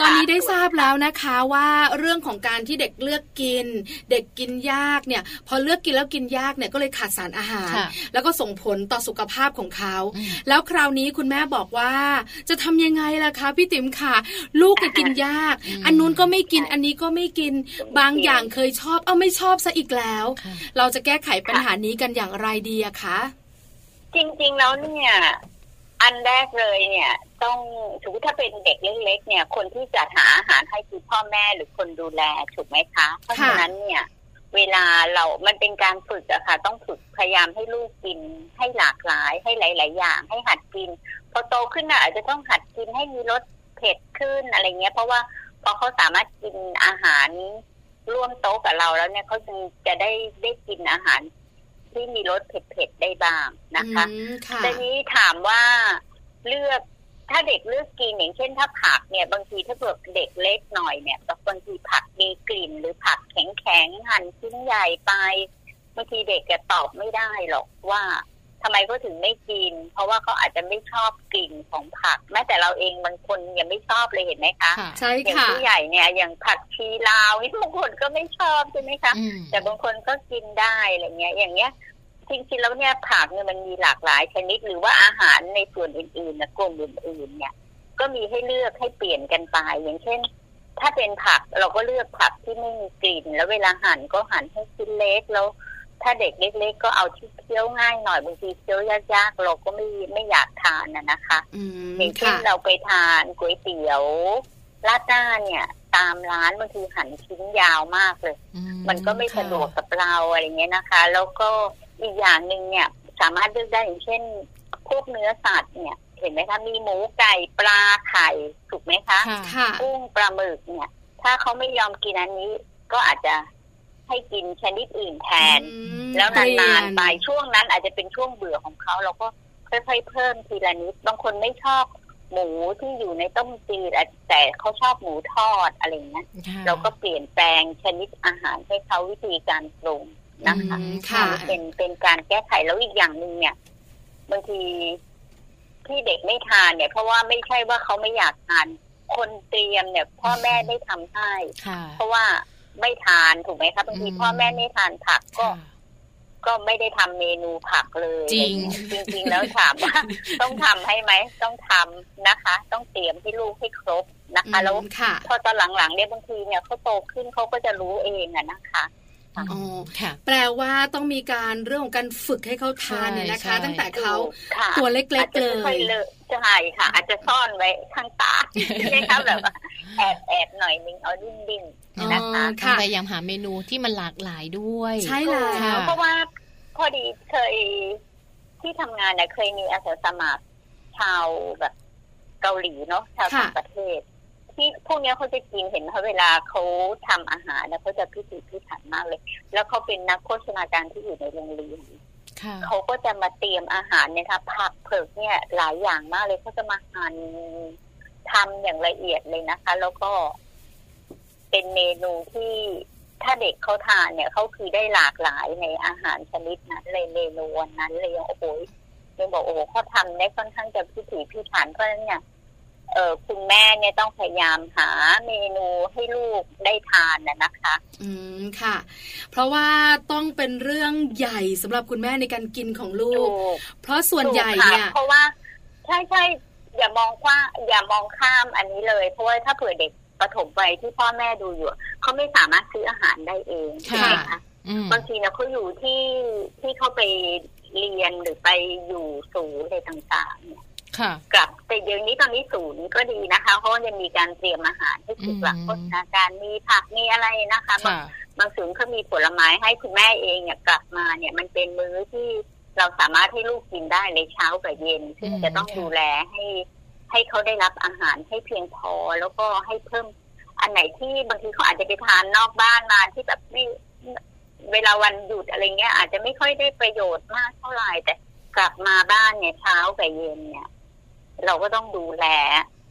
ตอนนี้ได้ทราบแล้วนะคะว่าเรื่องของการที่เด็กเลือกกินเด็กกินยากเนี่ยพอเลือกกินแล้วกินยากเนี่ยก็เลยขาดสารอาหารแล้วก็ส่งผลต่อสุขภาพของเขาแล้วคราวนี้คุณแม่บอกว่าจะทำยังไงล่ะคะพี่ติ๋มค่ะลูกกินยากอันนู้นก็ไม่กินอันนี้ก็ไม่กินบางอย่างเคยชอบเอาไม่ชอบซะอีกแล้วเราจะแก้ไขปัญหานี้กันอย่างไรดีอะคะจริงๆแล้วเนี่ยอันแรกเลยเนี่ยต้องถือถ้าเป็นเด็กเล็กๆเนี่ยคนที่จะหาอาหารให้คือพ่อแม่หรือคนดูแลถูกไหมคะเพราะฉะนั้นเนี่ยเวลาเรามันเป็นการฝึกอะค่ะต้องฝึกพยายามให้ลูกกินให้หลากหลายให้หลายๆอย่างให้หัดกินพอโตขึ้นน่ะอาจจะต้องหัดกินให้มีรสเผ็ดขึ้นอะไรเงี้ยเพราะว่าพอเขาสามารถกินอาหารร่วมโต๊ะกับเราแล้วเนี่ยเขาจึงจะได้ได้กินอาหารที่มีรสเผ็ดๆได้บ้างนะคะทีนี้ถามว่าเลือกถ้าเด็กเลือกกินอย่างเช่นถ้าผักเนี่ยบางทีถ้าเกิดเด็กเล็กหน่อยเนี่ยบางทีผักมีกลิ่นหรือผักแข็งๆหั่นชิ้นใหญ่ไปบางทีเด็กจะตอบไม่ได้หรอกว่าทำไมเขาถึงไม่กินเพราะว่าเขาอาจจะไม่ชอบกลิ่นของผักแม้แต่เราเองบางคนยังไม่ชอบเลยเห็นไหมคะใช่ค่ะอย่างผู้ใหญ่เนี่ยอย่างผักชีลาวนี่บางคนก็ไม่ชอบใช่ไหมคะแต่บางคนก็กินได้อะไรเงี้ยอย่างเงี้ยจริงๆแล้วเนี่ยผักเนี่ยมันมีหลากหลายชนิดหรือว่าอาหารในส่วนอื่นๆนะกลุ่มอื่นๆเนี่ยก็มีให้เลือกให้เปลี่ยนกันไปอย่างเช่นถ้าเป็นผักเราก็เลือกผักที่ไม่มีกลิ่นแล้วเวลาหั่นก็หั่นให้ชิ้นเล็กแล้วถ้าเด็กเล็กๆก็เอาที่เคี้ยวง่ายหน่อยบางทีเคี้ยวยากๆเราก็ไม่ไม่อยากทานน่ะนะคะอย่างเช่นเราไปทานก๋วยเตี๋ยวราดหน้าเนี่ยตามร้านบางทีหั่นชิ้นยาวมากเลยมันก็ไม่สะดวกกับเราอะไรเงี้ยนะคะแล้วก็อีกอย่างนึงเนี่ยสามารถเลือกได้อย่างเช่นพวกเนื้อสัตว์เนี่ยเห็นไหมคะมีหมูไก่ปลาไข่ถูกไหมคะกุ้งปลาหมึกเนี่ยถ้าเขาไม่ยอมกินอันนี้ก็อาจจะให้กินชนิดอื่นแทนแล้วนานๆไปช่วงนั้นอาจจะเป็นช่วงเบื่อของเขาเราก็ค่อยๆเพิ่มทีละนิดบางคนไม่ชอบหมูที่อยู่ในต้มจืดแต่เขาชอบหมูทอดอะไรเงี้ยเราก็เปลี่ยนแปลงชนิดอาหารให้เขาวิธีการปรุงนะคะเป็นเป็นการแก้ไขแล้วอีกอย่างนึงเนี่ยบางทีที่เด็กไม่ทานเนี่ยเพราะว่าไม่ใช่ว่าเขาไม่อยากทานคนเตรียมเนี่ยพ่อแม่ได้ทำให้เพราะว่าไม่ทานถูกไหมคะบางทีพ่อแม่ไม่ทานผักก็ก็ไม่ได้ทำเมนูผักเลยจริงจริงๆแล้วถามว่าต้องทำให้ไหมต้องทำนะคะต้องเตรียมให้ลูกให้ครบนะคะแล้วพอตอนหลังๆเนี่ยบางทีเนี่ยเขาโตขึ้นเขาก็จะรู้เองอะนะคะอ๋อแปลว่าต้องมีการเรื่องของการฝึกให้เขาทานเนี่ยนะคะตั้งแต่เขาตัวเล็กๆเลยใช่ค่ะอาจจะซ่อนไว้ข้างตาใช่ไหมคะแบบแอบแอบหน่อยนึงเอาดิ้นดิ้นนะคะพยายามหาเมนูที่มันหลากหลายด้วยใช่แล้วเพราะว่าพอดีเคยที่ทำงานเนี่ยเคยมีอาสาสมัครชาวแบบเกาหลีเนาะชาวต่างประเทศที่พวกนี้เขาจะกินเห็นเขาเวลาเขาทำอาหารเนี่ยเขาจะพิถีพิถันมากเลยแล้วเขาเป็นนักโภชนาการที่อยู่ในโรงเรียนเขาก็จะมาเตรียมอาหารเนี่ยค่ะผักเผือกเนี่ยหลายอย่างมากเลยเขาจะมาหั่นทำอย่างละเอียดเลยนะคะแล้วก็เป็นเมนูที่ถ้าเด็กเขาทานเนี่ยเขาคือได้หลากหลายในอาหารชนิดนั้นเลยเมนูวันนั้นเลยโอ้โหยังบอกโอ้โหเขาทำได้ค่อนข้างจะพิถีพิถันเพราะฉะนั้นเนี่ยเออคุณแม่เนี่ยต้องพยายามหาเมนูให้ลูกได้ทานน่ะนะคะอืมค่ะเพราะว่าต้องเป็นเรื่องใหญ่สำหรับคุณแม่ในการกินของลูกเพราะส่วนใหญ่เนี่ยเพราะว่าใช่ใช่อย่ามองว่าอย่ามองข้ามอันนี้เลยเพราะว่าถ้าเผื่อเด็กประถมวัยที่พ่อแม่ดูอยู่เขาไม่สามารถซื้ออาหารได้เองใช่ไหมคะบางทีเนี่ยเขาอยู่ที่ที่เขาไปเรียนหรือไปอยู่ศูนย์อะไรต่างๆเนี่ยกลับแต่เดี๋ยวนี้ตอนนี้ศูนย์ก็ดีนะคะเพราะว่ายังมีการเตรียมอาหารให้ถูกหลักโภชนาการมีผักมีอะไรนะคะบางบางศูนย์เขามีผลไม้ให้คุณแม่เองเนี่ยกลับมาเนี่ยมันเป็นมื้อที่เราสามารถให้ลูกกินได้ในเช้ากับเย็นซึ่งจะต้องดูแลให้ให้เขาได้รับอาหารให้เพียงพอแล้วก็ให้เพิ่มอันไหนที่บางทีเขาอาจจะไปทานนอกบ้านมาที่แบบไม่เวลาวันหยุดอะไรเงี้ยอาจจะไม่ค่อยได้ประโยชน์มากเท่าไหร่แต่กลับมาบ้านเนี่ยเช้ากับเย็นเนี่ยเราก็ต้องดูแล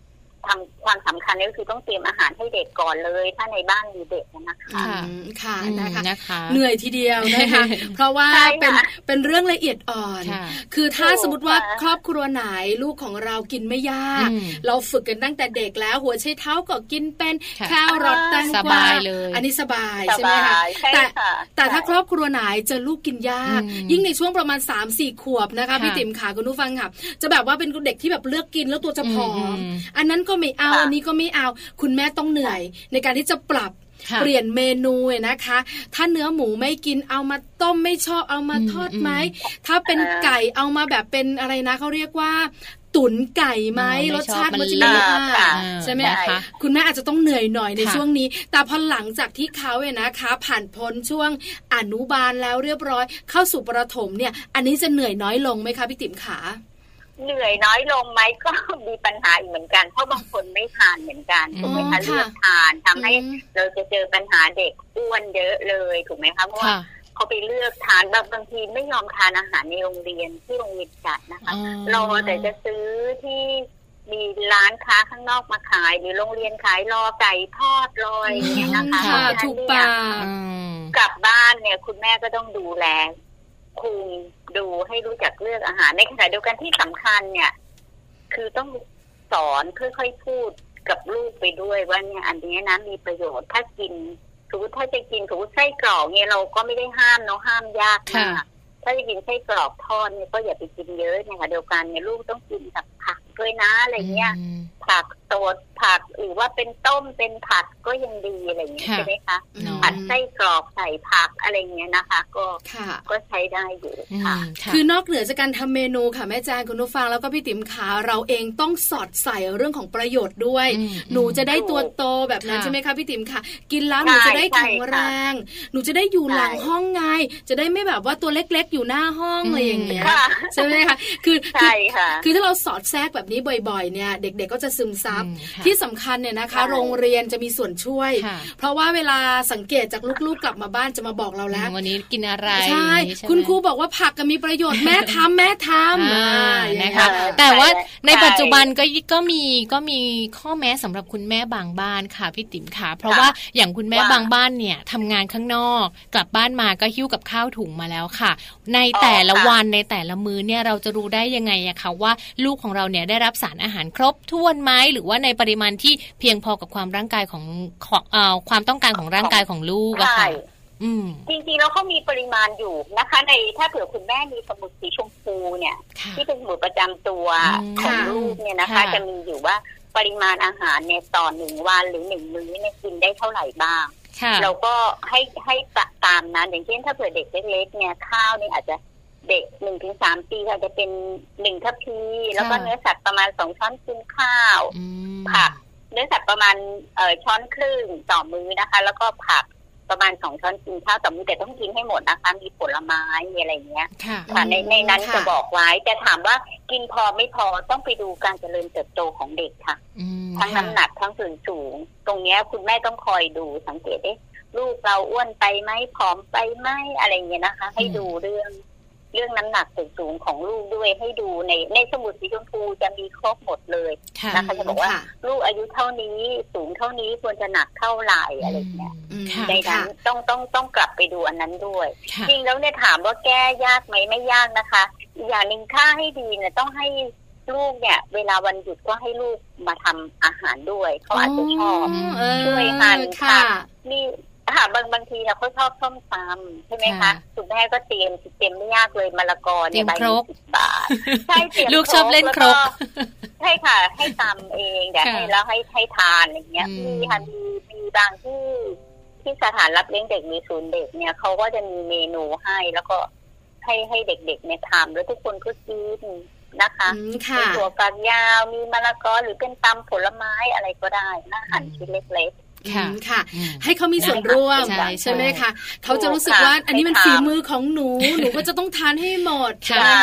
ทำความสำคัญก็คือต้องเตรียมอาหารให้เด็กก่อนเลยถ้าในบ้านมีเด็กนะคะค่ะนะคะเหนื่อยทีเดียวนะคะเพราะว่าเป็นเป็นเรื่องละเอียดอ่อนคือถ้าสมมติว่าครอบครัวไหนลูกของเรากินไม่ยากเราฝึกกันตั้งแต่เด็กแล้วหัวไชเท้าก็กินเป็นแครอทแตงกวาอันนี้สบายใช่ไหมคะแต่แต่ถ้าครอบครัวไหนเจอลูกกินยากยิ่งในช่วงประมาณ สามสี่ ขวบนะคะพี่ติ๋มขาคุณผู้ฟังค่ะจะแบบว่าเป็นเด็กที่แบบเลือกกินแล้วตัวจะผอมอันนั้นก็ไม่เอาอันนี้ก็ไม่เอาคุณแม่ต้องเหนื่อยในการที่จะปรับเปลี่ยนเมนูนะคะถ้าเนื้อหมูไม่กินเอามาต้มไม่ชอบเอามาทอดไหมถ้าเป็นไก่เอามาแบบเป็นอะไรนะเขาเรียกว่าตุ๋นไก่ไหมรสชาติมันจะดีมากใช่ไหมคะคุณแม่อาจจะต้องเหนื่อยหน่อยในช่วงนี้แต่พอหลังจากที่เขาเนี่ยนะคะผ่านพ้นช่วงอนุบาลแล้วเรียบร้อยเข้าสู่ประถมเนี่ยอันนี้จะเหนื่อยน้อยลงไหมคะพี่ติ๋มขาเหนื่อยน้อยลงไหมก็มีปัญหาอีกเหมือนกันเพราะบางคนไม่ทานเหมือนกันถูกไหมคะเลือกทานทำให้เราจะเจอปัญหาเด็กอ้วนเยอะเลยถูกไหมคะเพราะว่าเขาไปเลือกทานบางบางทีไม่ยอมทานอาหารในโรงเรียนที่โรงเรียนจัดนะคะเราแต่จะซื้อที่มีร้านค้าข้างนอกมาขายหรือโรงเรียนขายรอไก่ทอดรอยอย่างเงี้ยนะคะถูกปะกลับบ้านเนี่ยคุณแม่ก็ต้องดูแลคุมดูให้รู้จักเลือกอาหารในขณะเดียวกันที่สำคัญเนี่ยคือต้องสอนค่อยๆพูดกับลูกไปด้วยว่าเนี่ยอันนี้นะมีประโยชน์ถ้ากินสมมติถ้าจะกินสมมติไส้กรอกเนี่ยเราก็ไม่ได้ห้ามเนาะห้ามยากมากถ้าจะกินไส้กรอกทอดเนี่ยก็อย่าไปกินเยอะนะคะเดียวกันเนี่ยลูกต้องกินกับผักด้วยนะอะไรเงี้ยผักสดผักหรือว่าเป็นต้มเป็นผัดก็ยังดีอะไรเงี้ยใช่ไหมคะผัดไส้กรอกใส่ผักอะไรเงี้ยนะคะก็ก็ใช้ได้อยู่ค่ะคือนอกเหนือจากการทำเมนูค่ะแม่แจงคุณผู้ฟังแล้วก็พี่ติ๋มขาเราเองต้องสอดใส่เรื่องของประโยชน์ด้วยหนูจะได้ตัวโตแบบนั้นใช่ไหมคะพี่ติ๋มค่ะกินแล้วหนูจะได้แข็งแรงหนูจะได้อยู่หลังห้องไงจะได้ไม่แบบว่าตัวเล็กๆอยู่หน้าห้องอะไรอย่างเงี้ยใช่ไหมคะคือคือถ้าเราสอดแทรกแบบนี้บ่อยๆเนี่ยเด็กๆก็จะซึมซับที่สำคัญเนี่ยนะคะโรงเรียนจะมีส่วนช่วยเพราะว่าเวลาสังเกตจากลูกๆกลับมาบ้านจะมาบอกเราแล้ววันนี้กินอะไรใช่คุณครูบอกว่าผักก็มีประโยชน์แม่ทำแม่ทำนะคะแต่ว่าในปัจจุบันก็ก็มีก็มีข้อแม้สำหรับคุณแม่บางบ้านค่ะพี่ติ๋มค่ะเพราะว่าอย่างคุณแม่บางบ้านเนี่ยทำงานข้างนอกกลับบ้านมาก็หิ้วกับข้าวถุงมาแล้วค่ะในแต่ละวันในแต่ละมื้อเนี่ยเราจะรู้ได้ยังไงอะคะว่าลูกของเราเนี่ยได้รับสารอาหารครบถ้วนไหมหรือว่าในปริมาณที่เพียงพอกับความร่างกายของเอ่อความต้องการของร่างกายของลูกอะค่ะจริงๆแล้วเขามีปริมาณอยู่นะคะในถ้าเผื่อคุณแม่มีสมุดสีชมพูเนี่ยที่เป็นสมุดประจำตัวของลูกเนี่ยนะคะจะมีอยู่ว่าปริมาณอาหารเนี่ยต่อหนึ่งวันหรือหนึ่งมื้อเนี่ยกินได้เท่าไหร่บ้างเราก็ให้ให้ตามนั้นอย่างเช่นถ้าเผื่อเด็กเล็กๆเนี่ยข้าวนี่อาจจะเด็กหนึ่งถึงสามปีอาจจะเป็นหนึ่งทัพพีแล้วก็เนื้อสัตว์ประมาณสองช้อนกินข้าวผักเนื้อสัตว์ประมาณเอ่อช้อนครึ่งต่อมื้อนะคะแล้วก็ผักประมาณสองช้อนกินข้าวต่อมื้อแต่ต้องกินให้หมดนะคะมีผลไม้มีอะไรเงี้ยค่ะในในนั้นจะบอกไว้แต่ถามว่ากินพอไม่พอต้องไปดูการเจริญเติบโตของเด็กค่ะทั้งน้ำหนักทั้งส่วนสูงตรงเนี้ยคุณแม่ต้องคอยดูสังเกตเอ๊ะลูกเราอ้วนไปไหมผอมไปไหมอะไรเงี้ยนะคะให้ดูเรื่องเรื่องน้ำหนักส่วนสูงของลูกด้วยให้ดูในในสมุดสีชมพูจะมีครบหมดเลยนะคะจะบอกว่าลูกอายุเท่านี้สูงเท่านี้ควรจะหนักเท่าไหร่อะไรเงี้ยในนั้นต้องต้องต้องกลับไปดูอันนั้นด้วยจริงแล้วเนี่ยถามว่าแก้ยากไหมไม่ยากนะคะอย่างหนึ่งค่าให้ดีเนี่ยต้องให้ลูกเนี่ยเวลาวันหยุดก็ให้ลูกมาทำอาหารด้วยเขาอาจจะชอบช่วยหั่นค่ะนี่ค่ะบางบางทีเราเขาชอบส้มตำใช่ไหมคะคุณแม่ก็เตรียมเตรียมไม่ยากเลยมะละกอเนี่ยใบสิบบาทใช่เตรียมลูกชอบเล่นครกใช่ค่ะให้ตำเองเดี๋ยวให้แล้วให้ให้ทานอย่างเงี้ยมีค่ะมีมีบางที่ที่สถานรับเลี้ยงเด็กมีศูนย์เด็กเนี่ยเขาก็จะมีเมนูให้แล้วก็ให้ให้เด็กๆเนี่ยทำแล้วทุกคนก็กินนะคะมีถั่วฝักยาวมีมะละกอหรือเป็นตำผลไม้อะไรก็ได้น่าหั่นชิ้นเล็กค่ะค่ะให้เขามีส่วนร่วมใช่ไหมคะเขาจะรู้สึกว่าอันนี้มันฝีมือของหนูหนูก็จะต้องทานให้หมดใช่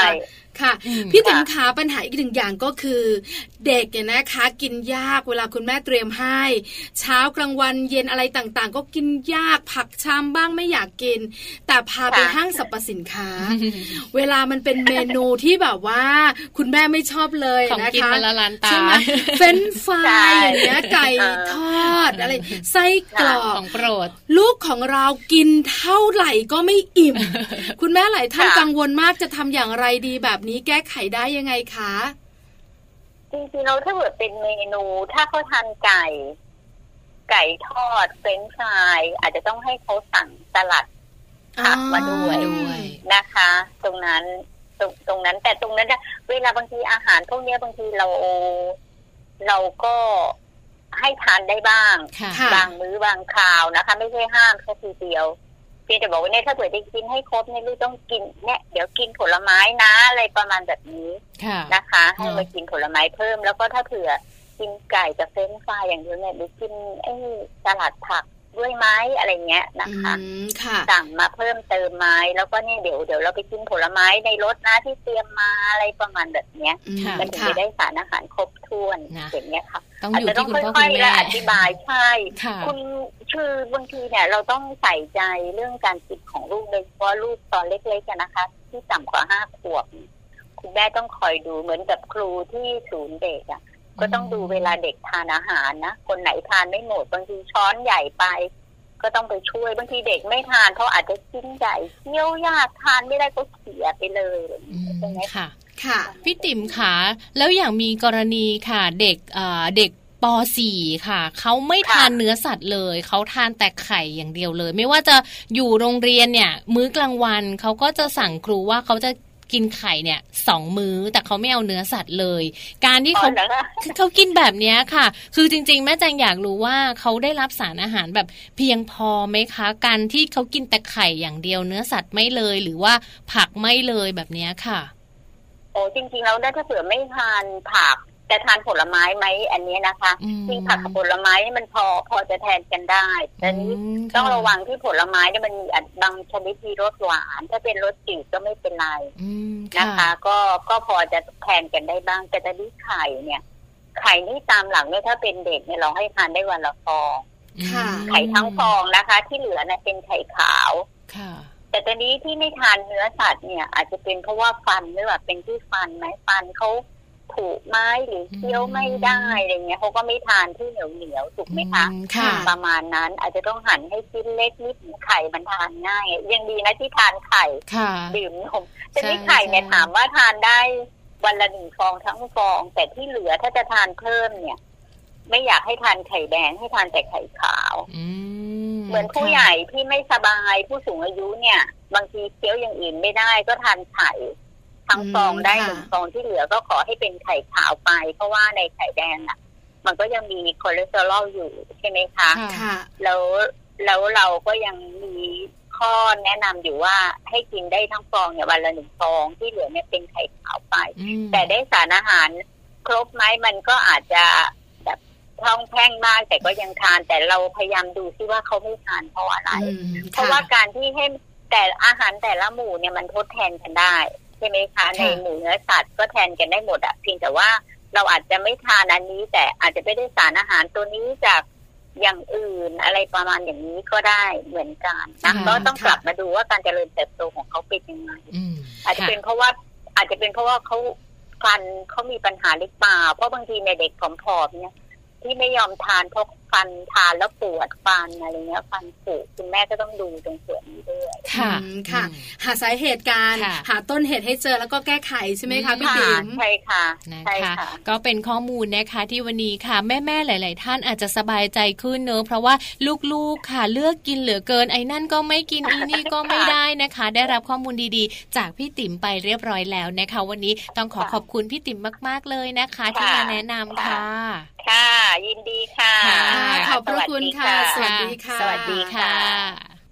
ค่ะพี่ติ๋มขาปัญหาอีกหนึ่งอย่างก็คือเด็กเนี่ยนะคะกินยากเวลาคุณแม่เตรียมให้เช้ากลางวันเย็นอะไรต่างๆก็กินยากผักชามบ้างไม่อยากกินแต่พาไปห้างสรรพสินค้าเวลามันเป็นเมนูที่แบบว่าคุณแม่ไม่ชอบเลยนะคะใช่ไหมเฟรนช์ฟรายอย่างเงี้ยไก่ทอดอะไรไส้กรอกของโปรดลูกของเรากินเท่าไหร่ก็ไม่อิ่มคุณแม่หลายท่านกังวลมากจะทำอย่างไรดีแบบนี้แก้ไขได้ยังไงคะจริงๆเราถ้าเกิดเป็นเมนูถ้าเขาทานไก่ไก่ทอดเฟรนช์ฟรายอาจจะต้องให้เขาสั่งสลัดผักมาด้วยนะคะ ตรงนั้นตรงตรงนั้นแต่ตรงนั้นนะเวลาบางทีอาหารพวกนี้บางทีเราเราก็ให้ทานได้บ้างบางมื้อบางคราวนะคะไม่ใช่ห้ามแค่ทีเดียวเพียงแต่บอกว่าเนี่ยถ้าเผื่อได้กินให้ครบเนี่ยลูกต้องกินเนี่ยเดี๋ยวกินผลไม้นะอะไรประมาณแบบนี้นะคะให้มากินผลไม้เพิ่มแล้วก็ถ้าเผื่อกินไก่กับเฟรนช์ฟรายอย่างเดียวเนี่ยหรือกินไอ้สลัดผักด้วยไม้อะไรเงี้ยนะคะสั่งมาเพิ่มเติมไม้แล้วก็เนี่ยเดี๋ยวเดี๋ยวเราไปกินผลไม้ในรถนะที่เตรียมมาอะไรประมาณแบบเนี้ยมันถึงจะได้สารอาหารครบถ้วนอย่างเงี้ยค่ะอาจจะต้องค่อยๆและอธิบายใช่คุณคือบางทีเนี่ยเราต้องใส่ใจเรื่องการกินของลูกโดยเฉพาะลูกตอนเล็กๆกันนะคะที่ต่ำกว่าห้าขวบคุณแม่ต้องคอยดูเหมือนกับครูที่ศูนย์เด็กอ่ะก็ต้องดูเวลาเด็กทานอาหารนะคนไหนทานไม่หมดบางทีช้อนใหญ่ไปก็ต้องไปช่วยบางทีเด็กไม่ทานเพราะอาจจะชิ้นใหญ่เคี้ยวยากทานไม่ได้ก็เสียไปเลยใช่ไหมค่ะค่ะพี่ติ๋มค่ะแล้วอย่างมีกรณีค่ะเด็กเอ่อเด็กป .สี่ ค่ะเขาไม่ทานเนื้อสัตว์เลยเขาทานแต่ไข่อย่างเดียวเลยไม่ว่าจะอยู่โรงเรียนเนี่ยมื้อกลางวันเขาก็จะสั่งครูว่าเขาจะกินไข่เนี่ยสองมื้อแต่เขาไม่เอาเนื้อสัตว์เลยการที่เขาเขากินแบบนี้ค่ะคือจริงๆแม่แจงอยากรู้ว่าเขาได้รับสารอาหารแบบเพียงพอไหมคะการที่เขากินแต่ไข่อย่างเดียวเนื้อสัตว์ไม่เลยหรือว่าผักไม่เลยแบบนี้ค่ะโอ้จริงๆแล้วถ้าเผื่อไม่ทานผักจะทานผลไม้ไหมอันนี้นะคะจริงผักกับผลไม้มันพอพอจะแทนกันได้แต่นี้ต้องระวังที่ผลไม้เนี่ยมันมีบางชนิดมีรสหวานถ้าเป็นรสจืดก็ไม่เป็นไรนะคะก็ก็พอจะแทนกันได้บ้างแต่ถ้าที่ไข่เนี่ยไข่นี่ตามหลังเนี่ยถ้าเป็นเด็กเนี่ยเราให้ทานได้วันละฟองไข่ทั้งฟองนะคะที่เหลือเนี่ยเป็นไข่ขาวแต่ตอนนี้ที่ไม่ทานเนื้อสัตว์เนี่ยอาจจะเป็นเพราะว่าฟันหรือว่าเป็นที่ฟันไหมฟันเขาผูกไม้หรือเคี้ยวไม่ได้อะไรเงี้ยเขาก็ไม่ทานที่เหนียวเหนียวถูกไหมคะประมาณนั้นอาจจะต้องหั่นให้ชิ้นเล็กนิดไข่มันทานง่ายยังดีนะที่ทานไข่ดื่มนมแต่นี่ไข่เนี่ยถามว่าทานได้วันละหนึ่งฟองทั้งฟองแต่ที่เหลือถ้าจะทานเพิ่มเนี่ยไม่อยากให้ทานไข่แดงให้ทานแต่ไข่ขาวเหมือนผู้ใหญ่ที่ไม่สบายผู้สูงอายุเนี่ยบางทีเคี้ยวอย่างอื่นไม่ได้ก็ทานไข่ทั้งฟองได้หนึ่งฟองที่เหลือก็ขอให้เป็นไข่ขาวไปเพราะว่าในไข่แดงอ่ะมันก็ยังมีคอเลสเตอรอลอยู่ใช่ไหมคะค่ะแล้วแล้วเราก็ยังมีข้อแนะนำอยู่ว่าให้กินได้ทั้งฟองเนี่ยวันละหนึ่งฟองที่เหลือเนี่ยเป็นไข่ขาวไปแต่ได้สารอาหารครบไหมมันก็อาจจะแบบท้องแพ่งบ้างแต่ก็ยังทานแต่เราพยายามดูซิว่าเขาไม่ทานเพราะอะไรเพราะว่าการที่ให้แต่อาหารแต่ละหมู่เนี่ยมันทดแทนกันได้ใช่ไหมคะในหมูเนื้อสัตว์ก็แทนกันได้หมดอะเพียงแต่ว่าเราอาจจะไม่ทานอันนี้แต่อาจจะไม่ได้สารอาหารตัวนี้จากอย่างอื่นอะไรประมาณอย่างนี้ก็ได้เหมือนกันนะก็ต้องกลับมาดูว่าการเจริญเติบโตของเขาเป็นยังไงอาจจะเป็นเพราะว่าอาจจะเป็นเพราะว่าเขาฟันเขามีปัญหาหรือเปล่าเพราะบางทีในเด็กผอมๆเนี่ยที่ไม่ยอมทานเพราะฟันทานแล้วปวดฟันอะไรเงี้ยฟันผุคุณแม่ก็ต้องดูตรงส่วนนี้ด้วยค่ะค่ะหาสาเหตุการหาต้นเหตุให้เจอแล้วก็แก้ไขใช่ไหมคะพี่ติ๋มใช่ค่ะใช่ค่ะก็เป็นข้อมูลนะคะที่วันนี้ค่ะแม่ๆหลายๆท่านอาจจะสบายใจขึ้นเนอะเพราะว่าลูกๆค่ะเลือกกินเหลือเกินไอ้นั่นก็ไม่กินอีนี่ก็ไม่ได้นะคะได้รับข้อมูลดีๆจากพี่ติ๋มไปเรียบร้อยแล้วนะคะวันนี้ต้องขอขอบคุณพี่ติ๋มมากๆเลยนะคะที่มาแนะนำค่ะค่ะยินดีค่ะขอบพระคุณค่ะสวัสดีค่ะสวัสดีค่ะ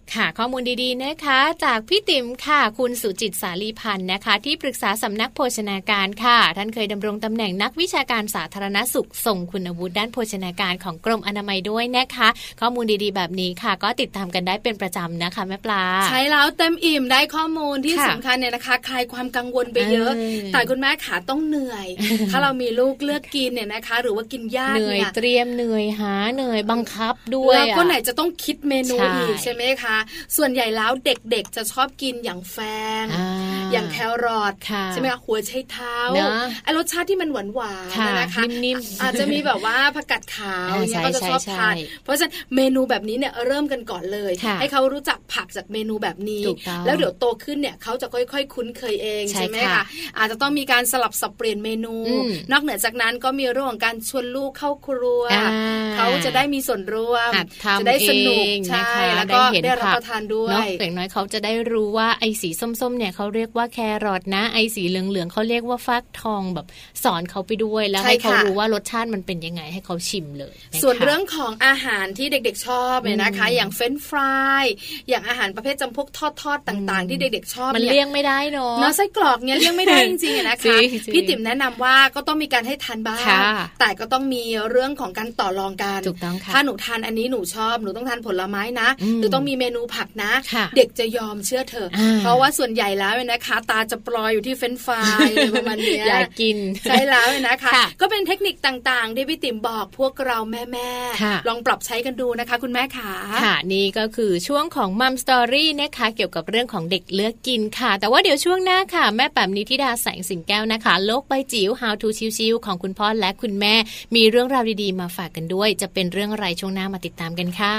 ค่ะข้อมูลดีๆนะคะจากพี่ติ๋มค่ะคุณสุจิตสาลีพันธ์นะคะที่ปรึกษาสำนักโภชนาการค่ะท่านเคยดำรงตำแหน่งนักวิชาการสาธารณสุขทรงคุณวุฒิด้านโภชนาการของกรมอนามัยด้วยนะคะข้อมูลดีๆแบบนี้ค่ะก็ติดตามกันได้เป็นประจำนะคะแม่ปลาใช่แล้วเต็มอิ่มได้ข้อมูลที่สำคัญเนี่ยนะคะคลายความกังวลไปเยอะแต่คุณแม่ขาต้องเหนื่อย ถ้าเรามีลูกเลือกกินเนี่ยนะคะหรือว่ากินยากเหนื่อยเตรียมเหนื่อยหาเหนื่อยบังคับด้วยแล้วก็ไหนจะต้องคิดเมนูอีกใช่ไหมคะส่วนใหญ่แล้วเด็กๆจะชอบกินอย่างแฟงอย่างแครอทใช่ไหมคะหัวไชเท้าไอรสชาติที่มันหวานหวานนะคะอาจจะมีแบบว่าผักกาดขาวเนี่ยก็จะชอบทานเพราะฉะนั้นเมนูแบบนี้เนี่ยเริ่มกันก่อนเลยให้เขารู้จักผักจากเมนูแบบนี้แล้วเดี๋ยวโตขึ้นเนี่ยเขาจะค่อยๆคุ้นเคยเองใช่ไหมคะอาจจะต้องมีการสลับสับเปลี่ยนเมนูนอกเหนือจากนั้นก็มีเรื่องของการชวนลูกเข้าครัวเขาจะได้มีส่วนร่วมจะได้สนุกใช่แล้วก็ได้รับประทานด้วยอย่างน้อยเขาจะได้รู้ว่าไอ้สีส้มๆเนี่ยเขาเรียกว่าแครอทนะไอ้สีเหลืองๆเขาเรียกว่าฟักทองแบบสอนเขาไปด้วยแล้วให้เขารู้ว่ารสชาติมันเป็นยังไงให้เขาชิมเลยส่วนเรื่องของอาหารที่เด็กๆชอบเนี่ยนะคะอย่างเฟรนช์ฟรายอย่างอาหารประเภทจำพวกทอดๆต่างๆที่เด็กๆชอบมันเลี่ยงไม่ได้เนาะเนาะไส้กรอกเนี่ยเลี่ยงไม่ได้จริงๆนะคะพี่ติ๋มแนะนำว่าก็ต้องมีการให้ทานบ้างแต่ก็ต้องมีเรื่องของการต่อรองกันถ้าหนูทานอันนี้หนูชอบหนูต้องทานผลไม้นะหรือต้องมีเมนูผักนะเด็กจะยอมเชื่อเถอะเพราะว่าส่วนใหญ่แล้วนะคะตาจะปลอยอยู่ที่เฟรนช์ฟรายประมาณนี้อยากกินใช่แล้วนะคะก็เป็นเทคนิคต่างๆที่พี่ติ๋มบอกพวกเราแม่ๆลองปรับใช้กันดูนะคะคุณแม่ขาค่ะนี่ก็คือช่วงของมัมสตอรี่นะคะเกี่ยวกับเรื่องของเด็กเลือกกินค่ะแต่ว่าเดี๋ยวช่วงหน้าค่ะแม่แป๋มนิธิดาแสงสิงแก้วนะคะโลกใบจิ๋ว How to ชิวๆของคุณพ่อและคุณแม่มีเรื่องราวดีๆมาฝากกันด้วยจะเป็นเรื่องอะไรช่วงหน้ามาติดตามกันค่ะ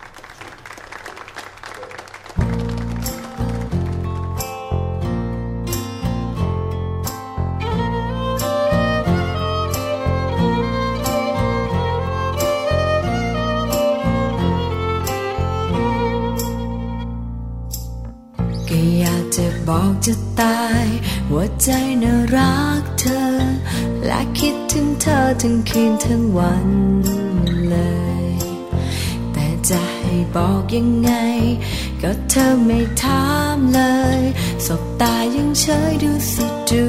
จะบอกจะตายว่าใจน่ารักเธอและคิดถึงเธอทั้งคืนทั้งวันเลยแต่จะให้บอกยังไงก็เธอไม่ถามเลยสบตายังเฉยดูสิดู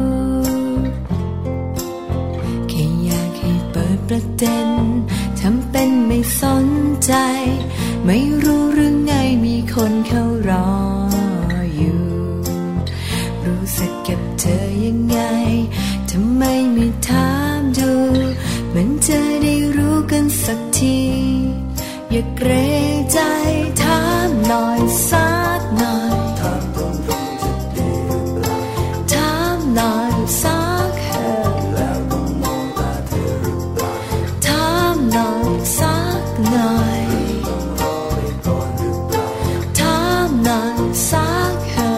แค่อยากให้เปิดประเด็นทำเป็นไม่สนใจไม่รู้หรือไงมีคนเขารอรู้สึกกับเธอยังไงทำไมไม่ถามดูมันจะได้รู้กันสักทีอย่าเกรงใจถามหน่อยสักหน่อยถามตรงๆจะดีหรือเปล่าถามหน่อยสักเถอะแล้วก็มองตาเธอหรือเปล่าถามหน่อยสักหน่อยต้องรอไปก่อนหรือเปล่าถามหน่อยสักเถอะ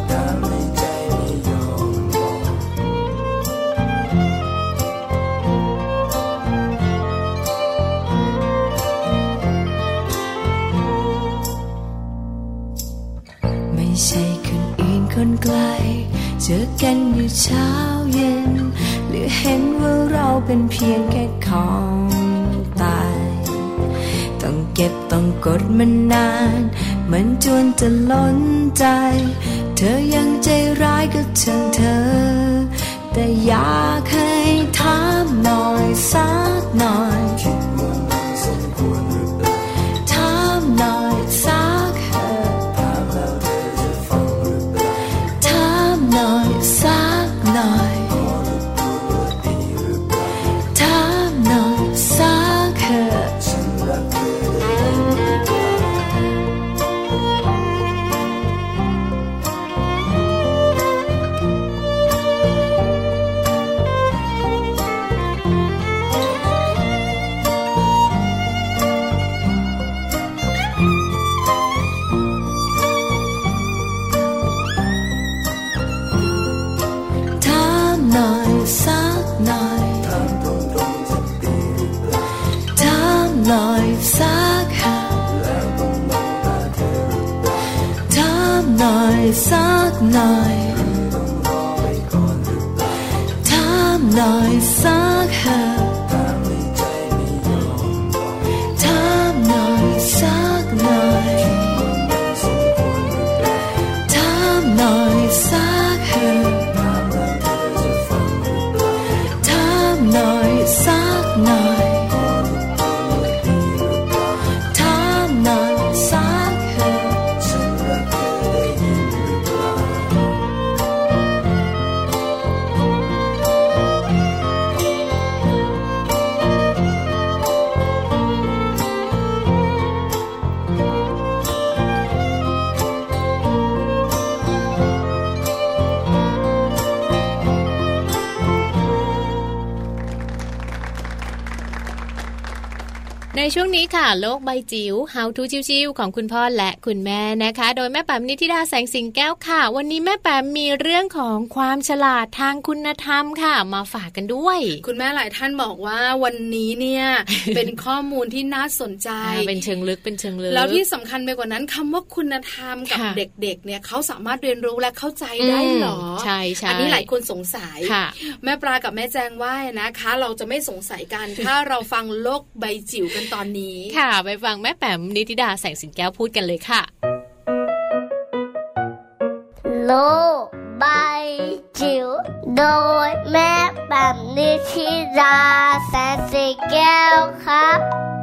ไม่ใช่คนอื่นคนไกลเจอกันอยู่เช้าเย็นหรือเห็นว่าเราเป็นเพียงแค่ของตายต้องเก็บต้องกดมันนานมันจนจะล้นใจเธอยังใจร้ายก็เชิงเธอแต่อยากให้ถามหน่อยสักหน่อยคิดว่ามันสมควรหรือเปล่าถามหน่อยสักเถอะถามแล้วเธอจะฟังหรือเปล่าถามหน่อยสักหน่อยพอรู้ตัวดีหรือเปล่าถามหน่อยสักเถอะฉันรักเธอได้หรือเปล่าสักหน่อยถามตรงๆจะดีหรือเปล่าถามหน่อยสักหาแล้วต้องมองตาเธอหรือเปล่าถามหน่อยสักหน่อยต้องรอไปก่อนหรือเปล่าถามหน่อยสักหาถามในใจไม่ยอมบอกถามหน่อยสักหน่อยในช่วงนี้ค่ะโลกใบจิ๋ว How to ชิวๆของคุณพ่อและคุณแม่นะคะโดยแม่แปมนิธิดาแสงสิงแก้วค่ะวันนี้แม่แปมมีเรื่องของความฉลาดทางคุณธรรมค่ะมาฝากกันด้วยคุณแม่หลายท่านบอกว่าวันนี้เนี่ย เป็นข้อมูลที่น่าสนใจเป็นเชิงลึกเป็นเชิงลึกแล้วที่สำคัญไปกว่านั้นคำว่าคุณธรรมกับเด็กๆเนี่ยเขาสามารถเรียนรู้และเข้าใจได้หรอใช่ใช่อันนี้หลายคนสงสัยแม่ปลากับแม่แจงว่านะคะเราจะไม่สงสัยกัน ถ้าเราฟังโลกใบจิ๋วกันตอนนี้ค่ะไปฟังแม่แปมนิธิดาแสงสิงแก้วพูดกันเลยค่ะโลกใบจิ๋วโดยแม่แปมนิธิดาแสงสิงแก้วครับ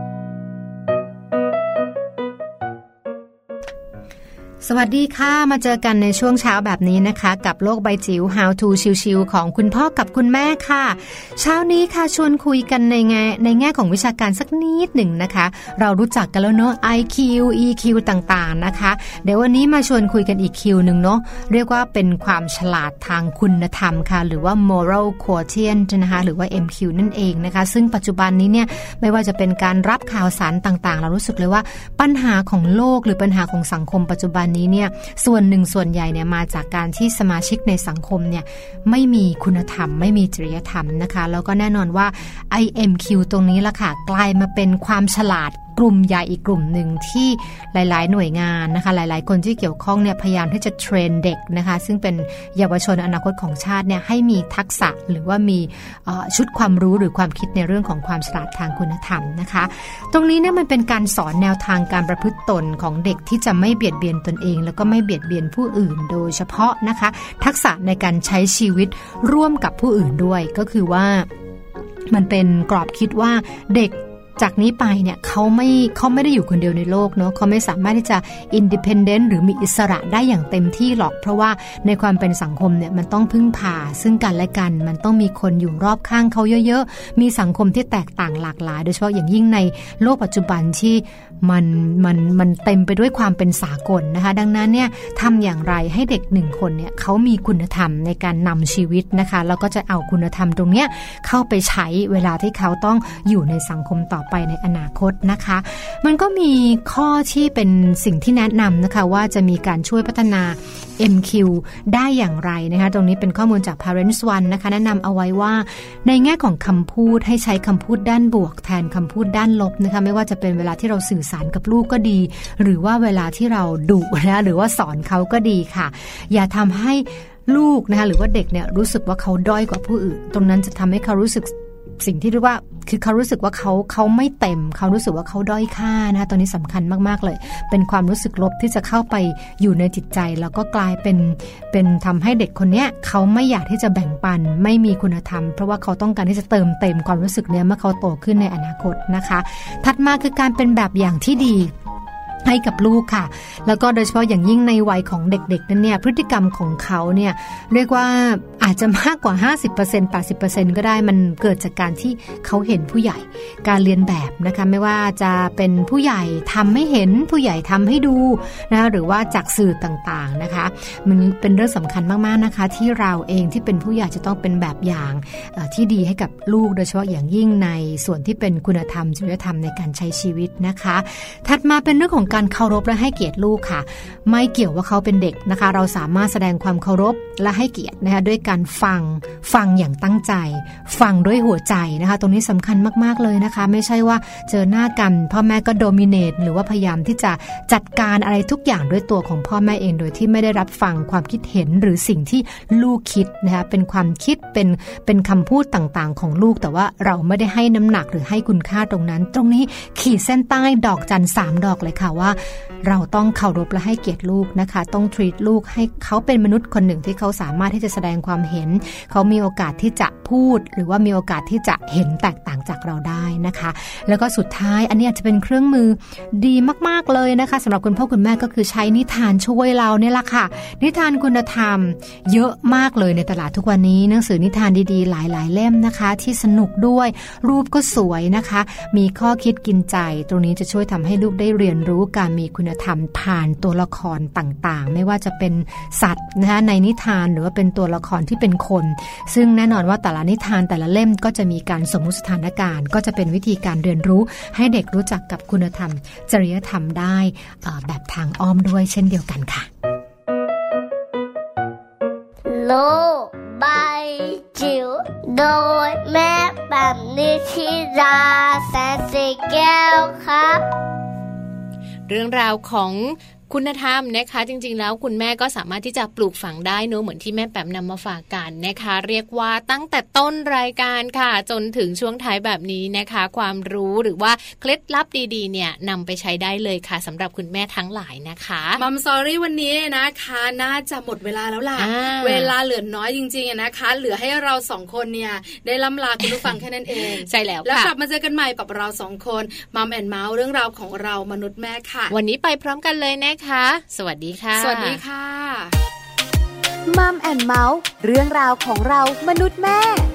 สวัสดีค่ะมาเจอกันในช่วงเช้าแบบนี้นะคะกับโลกใบจิ๋ว How to ชิวๆของคุณพ่อกับคุณแม่ค่ะเช้านี้ค่ะชวนคุยกันในแง่ในแง่ของวิชาการสักนิดหนึ่งนะคะเรารู้จักกันแล้วเนาะ ไอ คิว อี คิว ต่างๆนะคะเดี๋ยววันนี้มาชวนคุยกันอีกคิวนึงเนาะเรียกว่าเป็นความฉลาดทางคุณธรรมค่ะหรือว่า moral quotient นะคะหรือว่า เอ็ม คิว นั่นเองนะคะซึ่งปัจจุบันนี้เนี่ยไม่ว่าจะเป็นการรับข่าวสารต่างๆเรารู้สึกเลยว่าปัญหาของโลกหรือปัญหาของสังคมปัจจุบันนี้เนี่ยส่วนหนึ่งส่วนใหญ่เนี่ยมาจากการที่สมาชิกในสังคมเนี่ยไม่มีคุณธรรมไม่มีจริยธรรมนะคะแล้วก็แน่นอนว่า ไอ เอ็ม คิว ตรงนี้ละค่ะกลายมาเป็นความฉลาดกลุ่มใหญ่อีกกลุ่มหนึ่งที่หลายๆหน่วยงานนะคะหลายๆคนที่เกี่ยวข้องเนี่ยพยายามที่จะเทรนเด็กนะคะซึ่งเป็นเยาวชนอนาคตของชาติเนี่ยให้มีทักษะหรือว่ามีชุดความรู้หรือความคิดในเรื่องของความฉลาดทางคุณธรรมนะคะตรงนี้เนี่ยมันเป็นการสอนแนวทางการประพฤติตนของเด็กที่จะไม่เบียดเบียนตนเองแล้วก็ไม่เบียดเบียนผู้อื่นโดยเฉพาะนะคะทักษะในการใช้ชีวิตร่วมกับผู้อื่นด้วยก็คือว่ามันเป็นกรอบคิดว่าเด็กจากนี้ไปเนี่ยเขาไม่เขาไม่ได้อยู่คนเดียวในโลกเนาะเขาไม่สามารถที่จะอินดิเพนเดนต์หรือมีอิสระได้อย่างเต็มที่หรอกเพราะว่าในความเป็นสังคมเนี่ยมันต้องพึ่งพาซึ่งกันและกันมันต้องมีคนอยู่รอบข้างเขาเยอะๆมีสังคมที่แตกต่างหลากหลายโดยเฉพาะอย่างยิ่งในโลกปัจจุบันที่มันมันมันเต็มไปด้วยความเป็นสากลนะคะดังนั้นเนี่ยทำอย่างไรให้เด็กหนึ่งคนเนี่ยเขามีคุณธรรมในการนำชีวิตนะคะแล้วก็จะเอาคุณธรรมตรงเนี้ยเข้าไปใช้เวลาที่เขาต้องอยู่ในสังคมต่อไปในอนาคตนะคะมันก็มีข้อที่เป็นสิ่งที่แนะนำนะคะว่าจะมีการช่วยพัฒนา เอ็ม คิว ได้อย่างไรนะคะตรงนี้เป็นข้อมูลจาก Parents One นะคะแนะนำเอาไว้ว่าในแง่ของคำพูดให้ใช้คำพูดด้านบวกแทนคำพูดด้านลบนะคะไม่ว่าจะเป็นเวลาที่เราสื่อสารกับลูกก็ดีหรือว่าเวลาที่เราดุนะหรือว่าสอนเขาก็ดีค่ะอย่าทำให้ลูกนะคะหรือว่าเด็กเนี่ยรู้สึกว่าเขาด้อยกว่าผู้อื่นตรงนั้นจะทำให้เขารู้สึกสิ่งที่เรียกว่าคือเขารู้สึกว่าเขาเขาไม่เต็มเขารู้สึกว่าเขาด้อยค่านะตอนนี้สำคัญมากๆเลยเป็นความรู้สึกลบที่จะเข้าไปอยู่ในจิตใจแล้วก็กลายเป็นเป็นทำให้เด็กคนนี้เขาไม่อยากที่จะแบ่งปันไม่มีคุณธรรมเพราะว่าเขาต้องการที่จะเติมเต็มความรู้สึกเนี้ยเมื่อเขาโตขึ้นในอนาคตนะคะถัดมาคือการเป็นแบบอย่างที่ดีให้กับลูกค่ะแล้วก็โดยเฉพาะอย่างยิ่งในวัยของเด็กๆนั้นเนี่ยพฤติกรรมของเขาเนี่ยเรียกว่าอาจจะมากกว่า ห้าสิบเปอร์เซ็นต์ แปดสิบเปอร์เซ็นต์ ก็ได้มันเกิดจากการที่เขาเห็นผู้ใหญ่การเรียนแบบนะคะไม่ว่าจะเป็นผู้ใหญ่ทำให้เห็นผู้ใหญ่ทำให้ดูนะคะหรือว่าจากสื่อต่างๆนะคะมันเป็นเรื่องสำคัญมากๆนะคะที่เราเองที่เป็นผู้ใหญ่จะต้องเป็นแบบอย่างที่ดีให้กับลูกโดยเฉพาะอย่างยิ่งในส่วนที่เป็นคุณธรรมจริยธรรมในการใช้ชีวิตนะคะถัดมาเป็นเรื่องของการเคารพและให้เกียรติลูกค่ะไม่เกี่ยวว่าเขาเป็นเด็กนะคะเราสามารถแสดงความเคารพและให้เกียรตินะคะด้วยการฟังฟังอย่างตั้งใจฟังด้วยหัวใจนะคะตรงนี้สำคัญมากๆเลยนะคะไม่ใช่ว่าเจอหน้ากันพ่อแม่ก็โดมิเนตหรือว่าพยายามที่จะจัดการอะไรทุกอย่างด้วยตัวของพ่อแม่เองโดยที่ไม่ได้รับฟังความคิดเห็นหรือสิ่งที่ลูกคิดนะคะเป็นความคิดเป็นเป็นคำพูดต่างๆของลูกแต่ว่าเราไม่ได้ให้น้ำหนักหรือให้คุณค่าตรงนั้นตรงนี้ขีดเส้นใต้ดอกจันสามดอกเลยค่ะว่าเราต้องเคารพและให้เกียรติลูกนะคะต้องทรีตลูกให้เขาเป็นมนุษย์คนหนึ่งที่เขาสามารถที่จะแสดงความเห็นเขามีโอกาสที่จะพูดหรือว่ามีโอกาสที่จะเห็นแตกต่างจากเราได้นะคะแล้วก็สุดท้ายอันนี้อาจจะเป็นเครื่องมือดีมากๆเลยนะคะสำหรับคุณพ่อคุณแม่ก็คือใช้นิทานช่วยเราเนี่ยแหละค่ะนิทานคุณธรรมเยอะมากเลยในตลาดทุกวันนี้หนังสือนิทานดีๆหลายๆเล่มนะคะที่สนุกด้วยรูปก็สวยนะคะมีข้อคิดกินใจตรงนี้จะช่วยทำให้ลูกได้เรียนรู้การมีคุณธรรมผ่านตัวละครต่างๆไม่ว่าจะเป็นสัตว์นะคะในนิทานหรือว่าเป็นตัวละครที่เป็นคนซึ่งแน่นอนว่าแต่ละนิทานแต่ละเล่มก็จะมีการสมมุติสถานการณ์ก็จะเป็นวิธีการเรียนรู้ให้เด็กรู้จักกับคุณธรรมจริยธรรมได้แบบทางอ้อมด้วยเช่นเดียวกันค่ะโลกใบจิ๋วโดยแม่แบบนิชิราแสนสีแก้วครับเรื่องราวของคุณธรรมนะคะจริงๆแล้วคุณแม่ก็สามารถที่จะปลูกฝังได้เนอะเหมือนที่แม่แปมนำมาฝากกันนะคะเรียกว่าตั้งแต่ต้นรายการค่ะจนถึงช่วงท้ายแบบนี้นะคะความรู้หรือว่าเคล็ดลับดีๆเนี่ยนำไปใช้ได้เลยค่ะสำหรับคุณแม่ทั้งหลายนะคะมัมซอรี่วันนี้นะคะน่าจะหมดเวลาแล้วล่ะเวลาเหลือน้อยจริงๆนะคะเหลือให้เราสองคนเนี่ยได้ล่ำลาคุณผู้ฟังแค่นั้นเองใช่แล้วค่ะแล้วกลับมาเจอกันใหม่กับเราสองคนมัมแอนด์เมาส์เรื่องราวของเรามนุษย์แม่ค่ะวันนี้ไปพร้อมกันเลยนะคะสวัสดีค่ะสวัสดีค่ะมัมแอนด์เมาส์เรื่องราวของเรามนุษย์แม่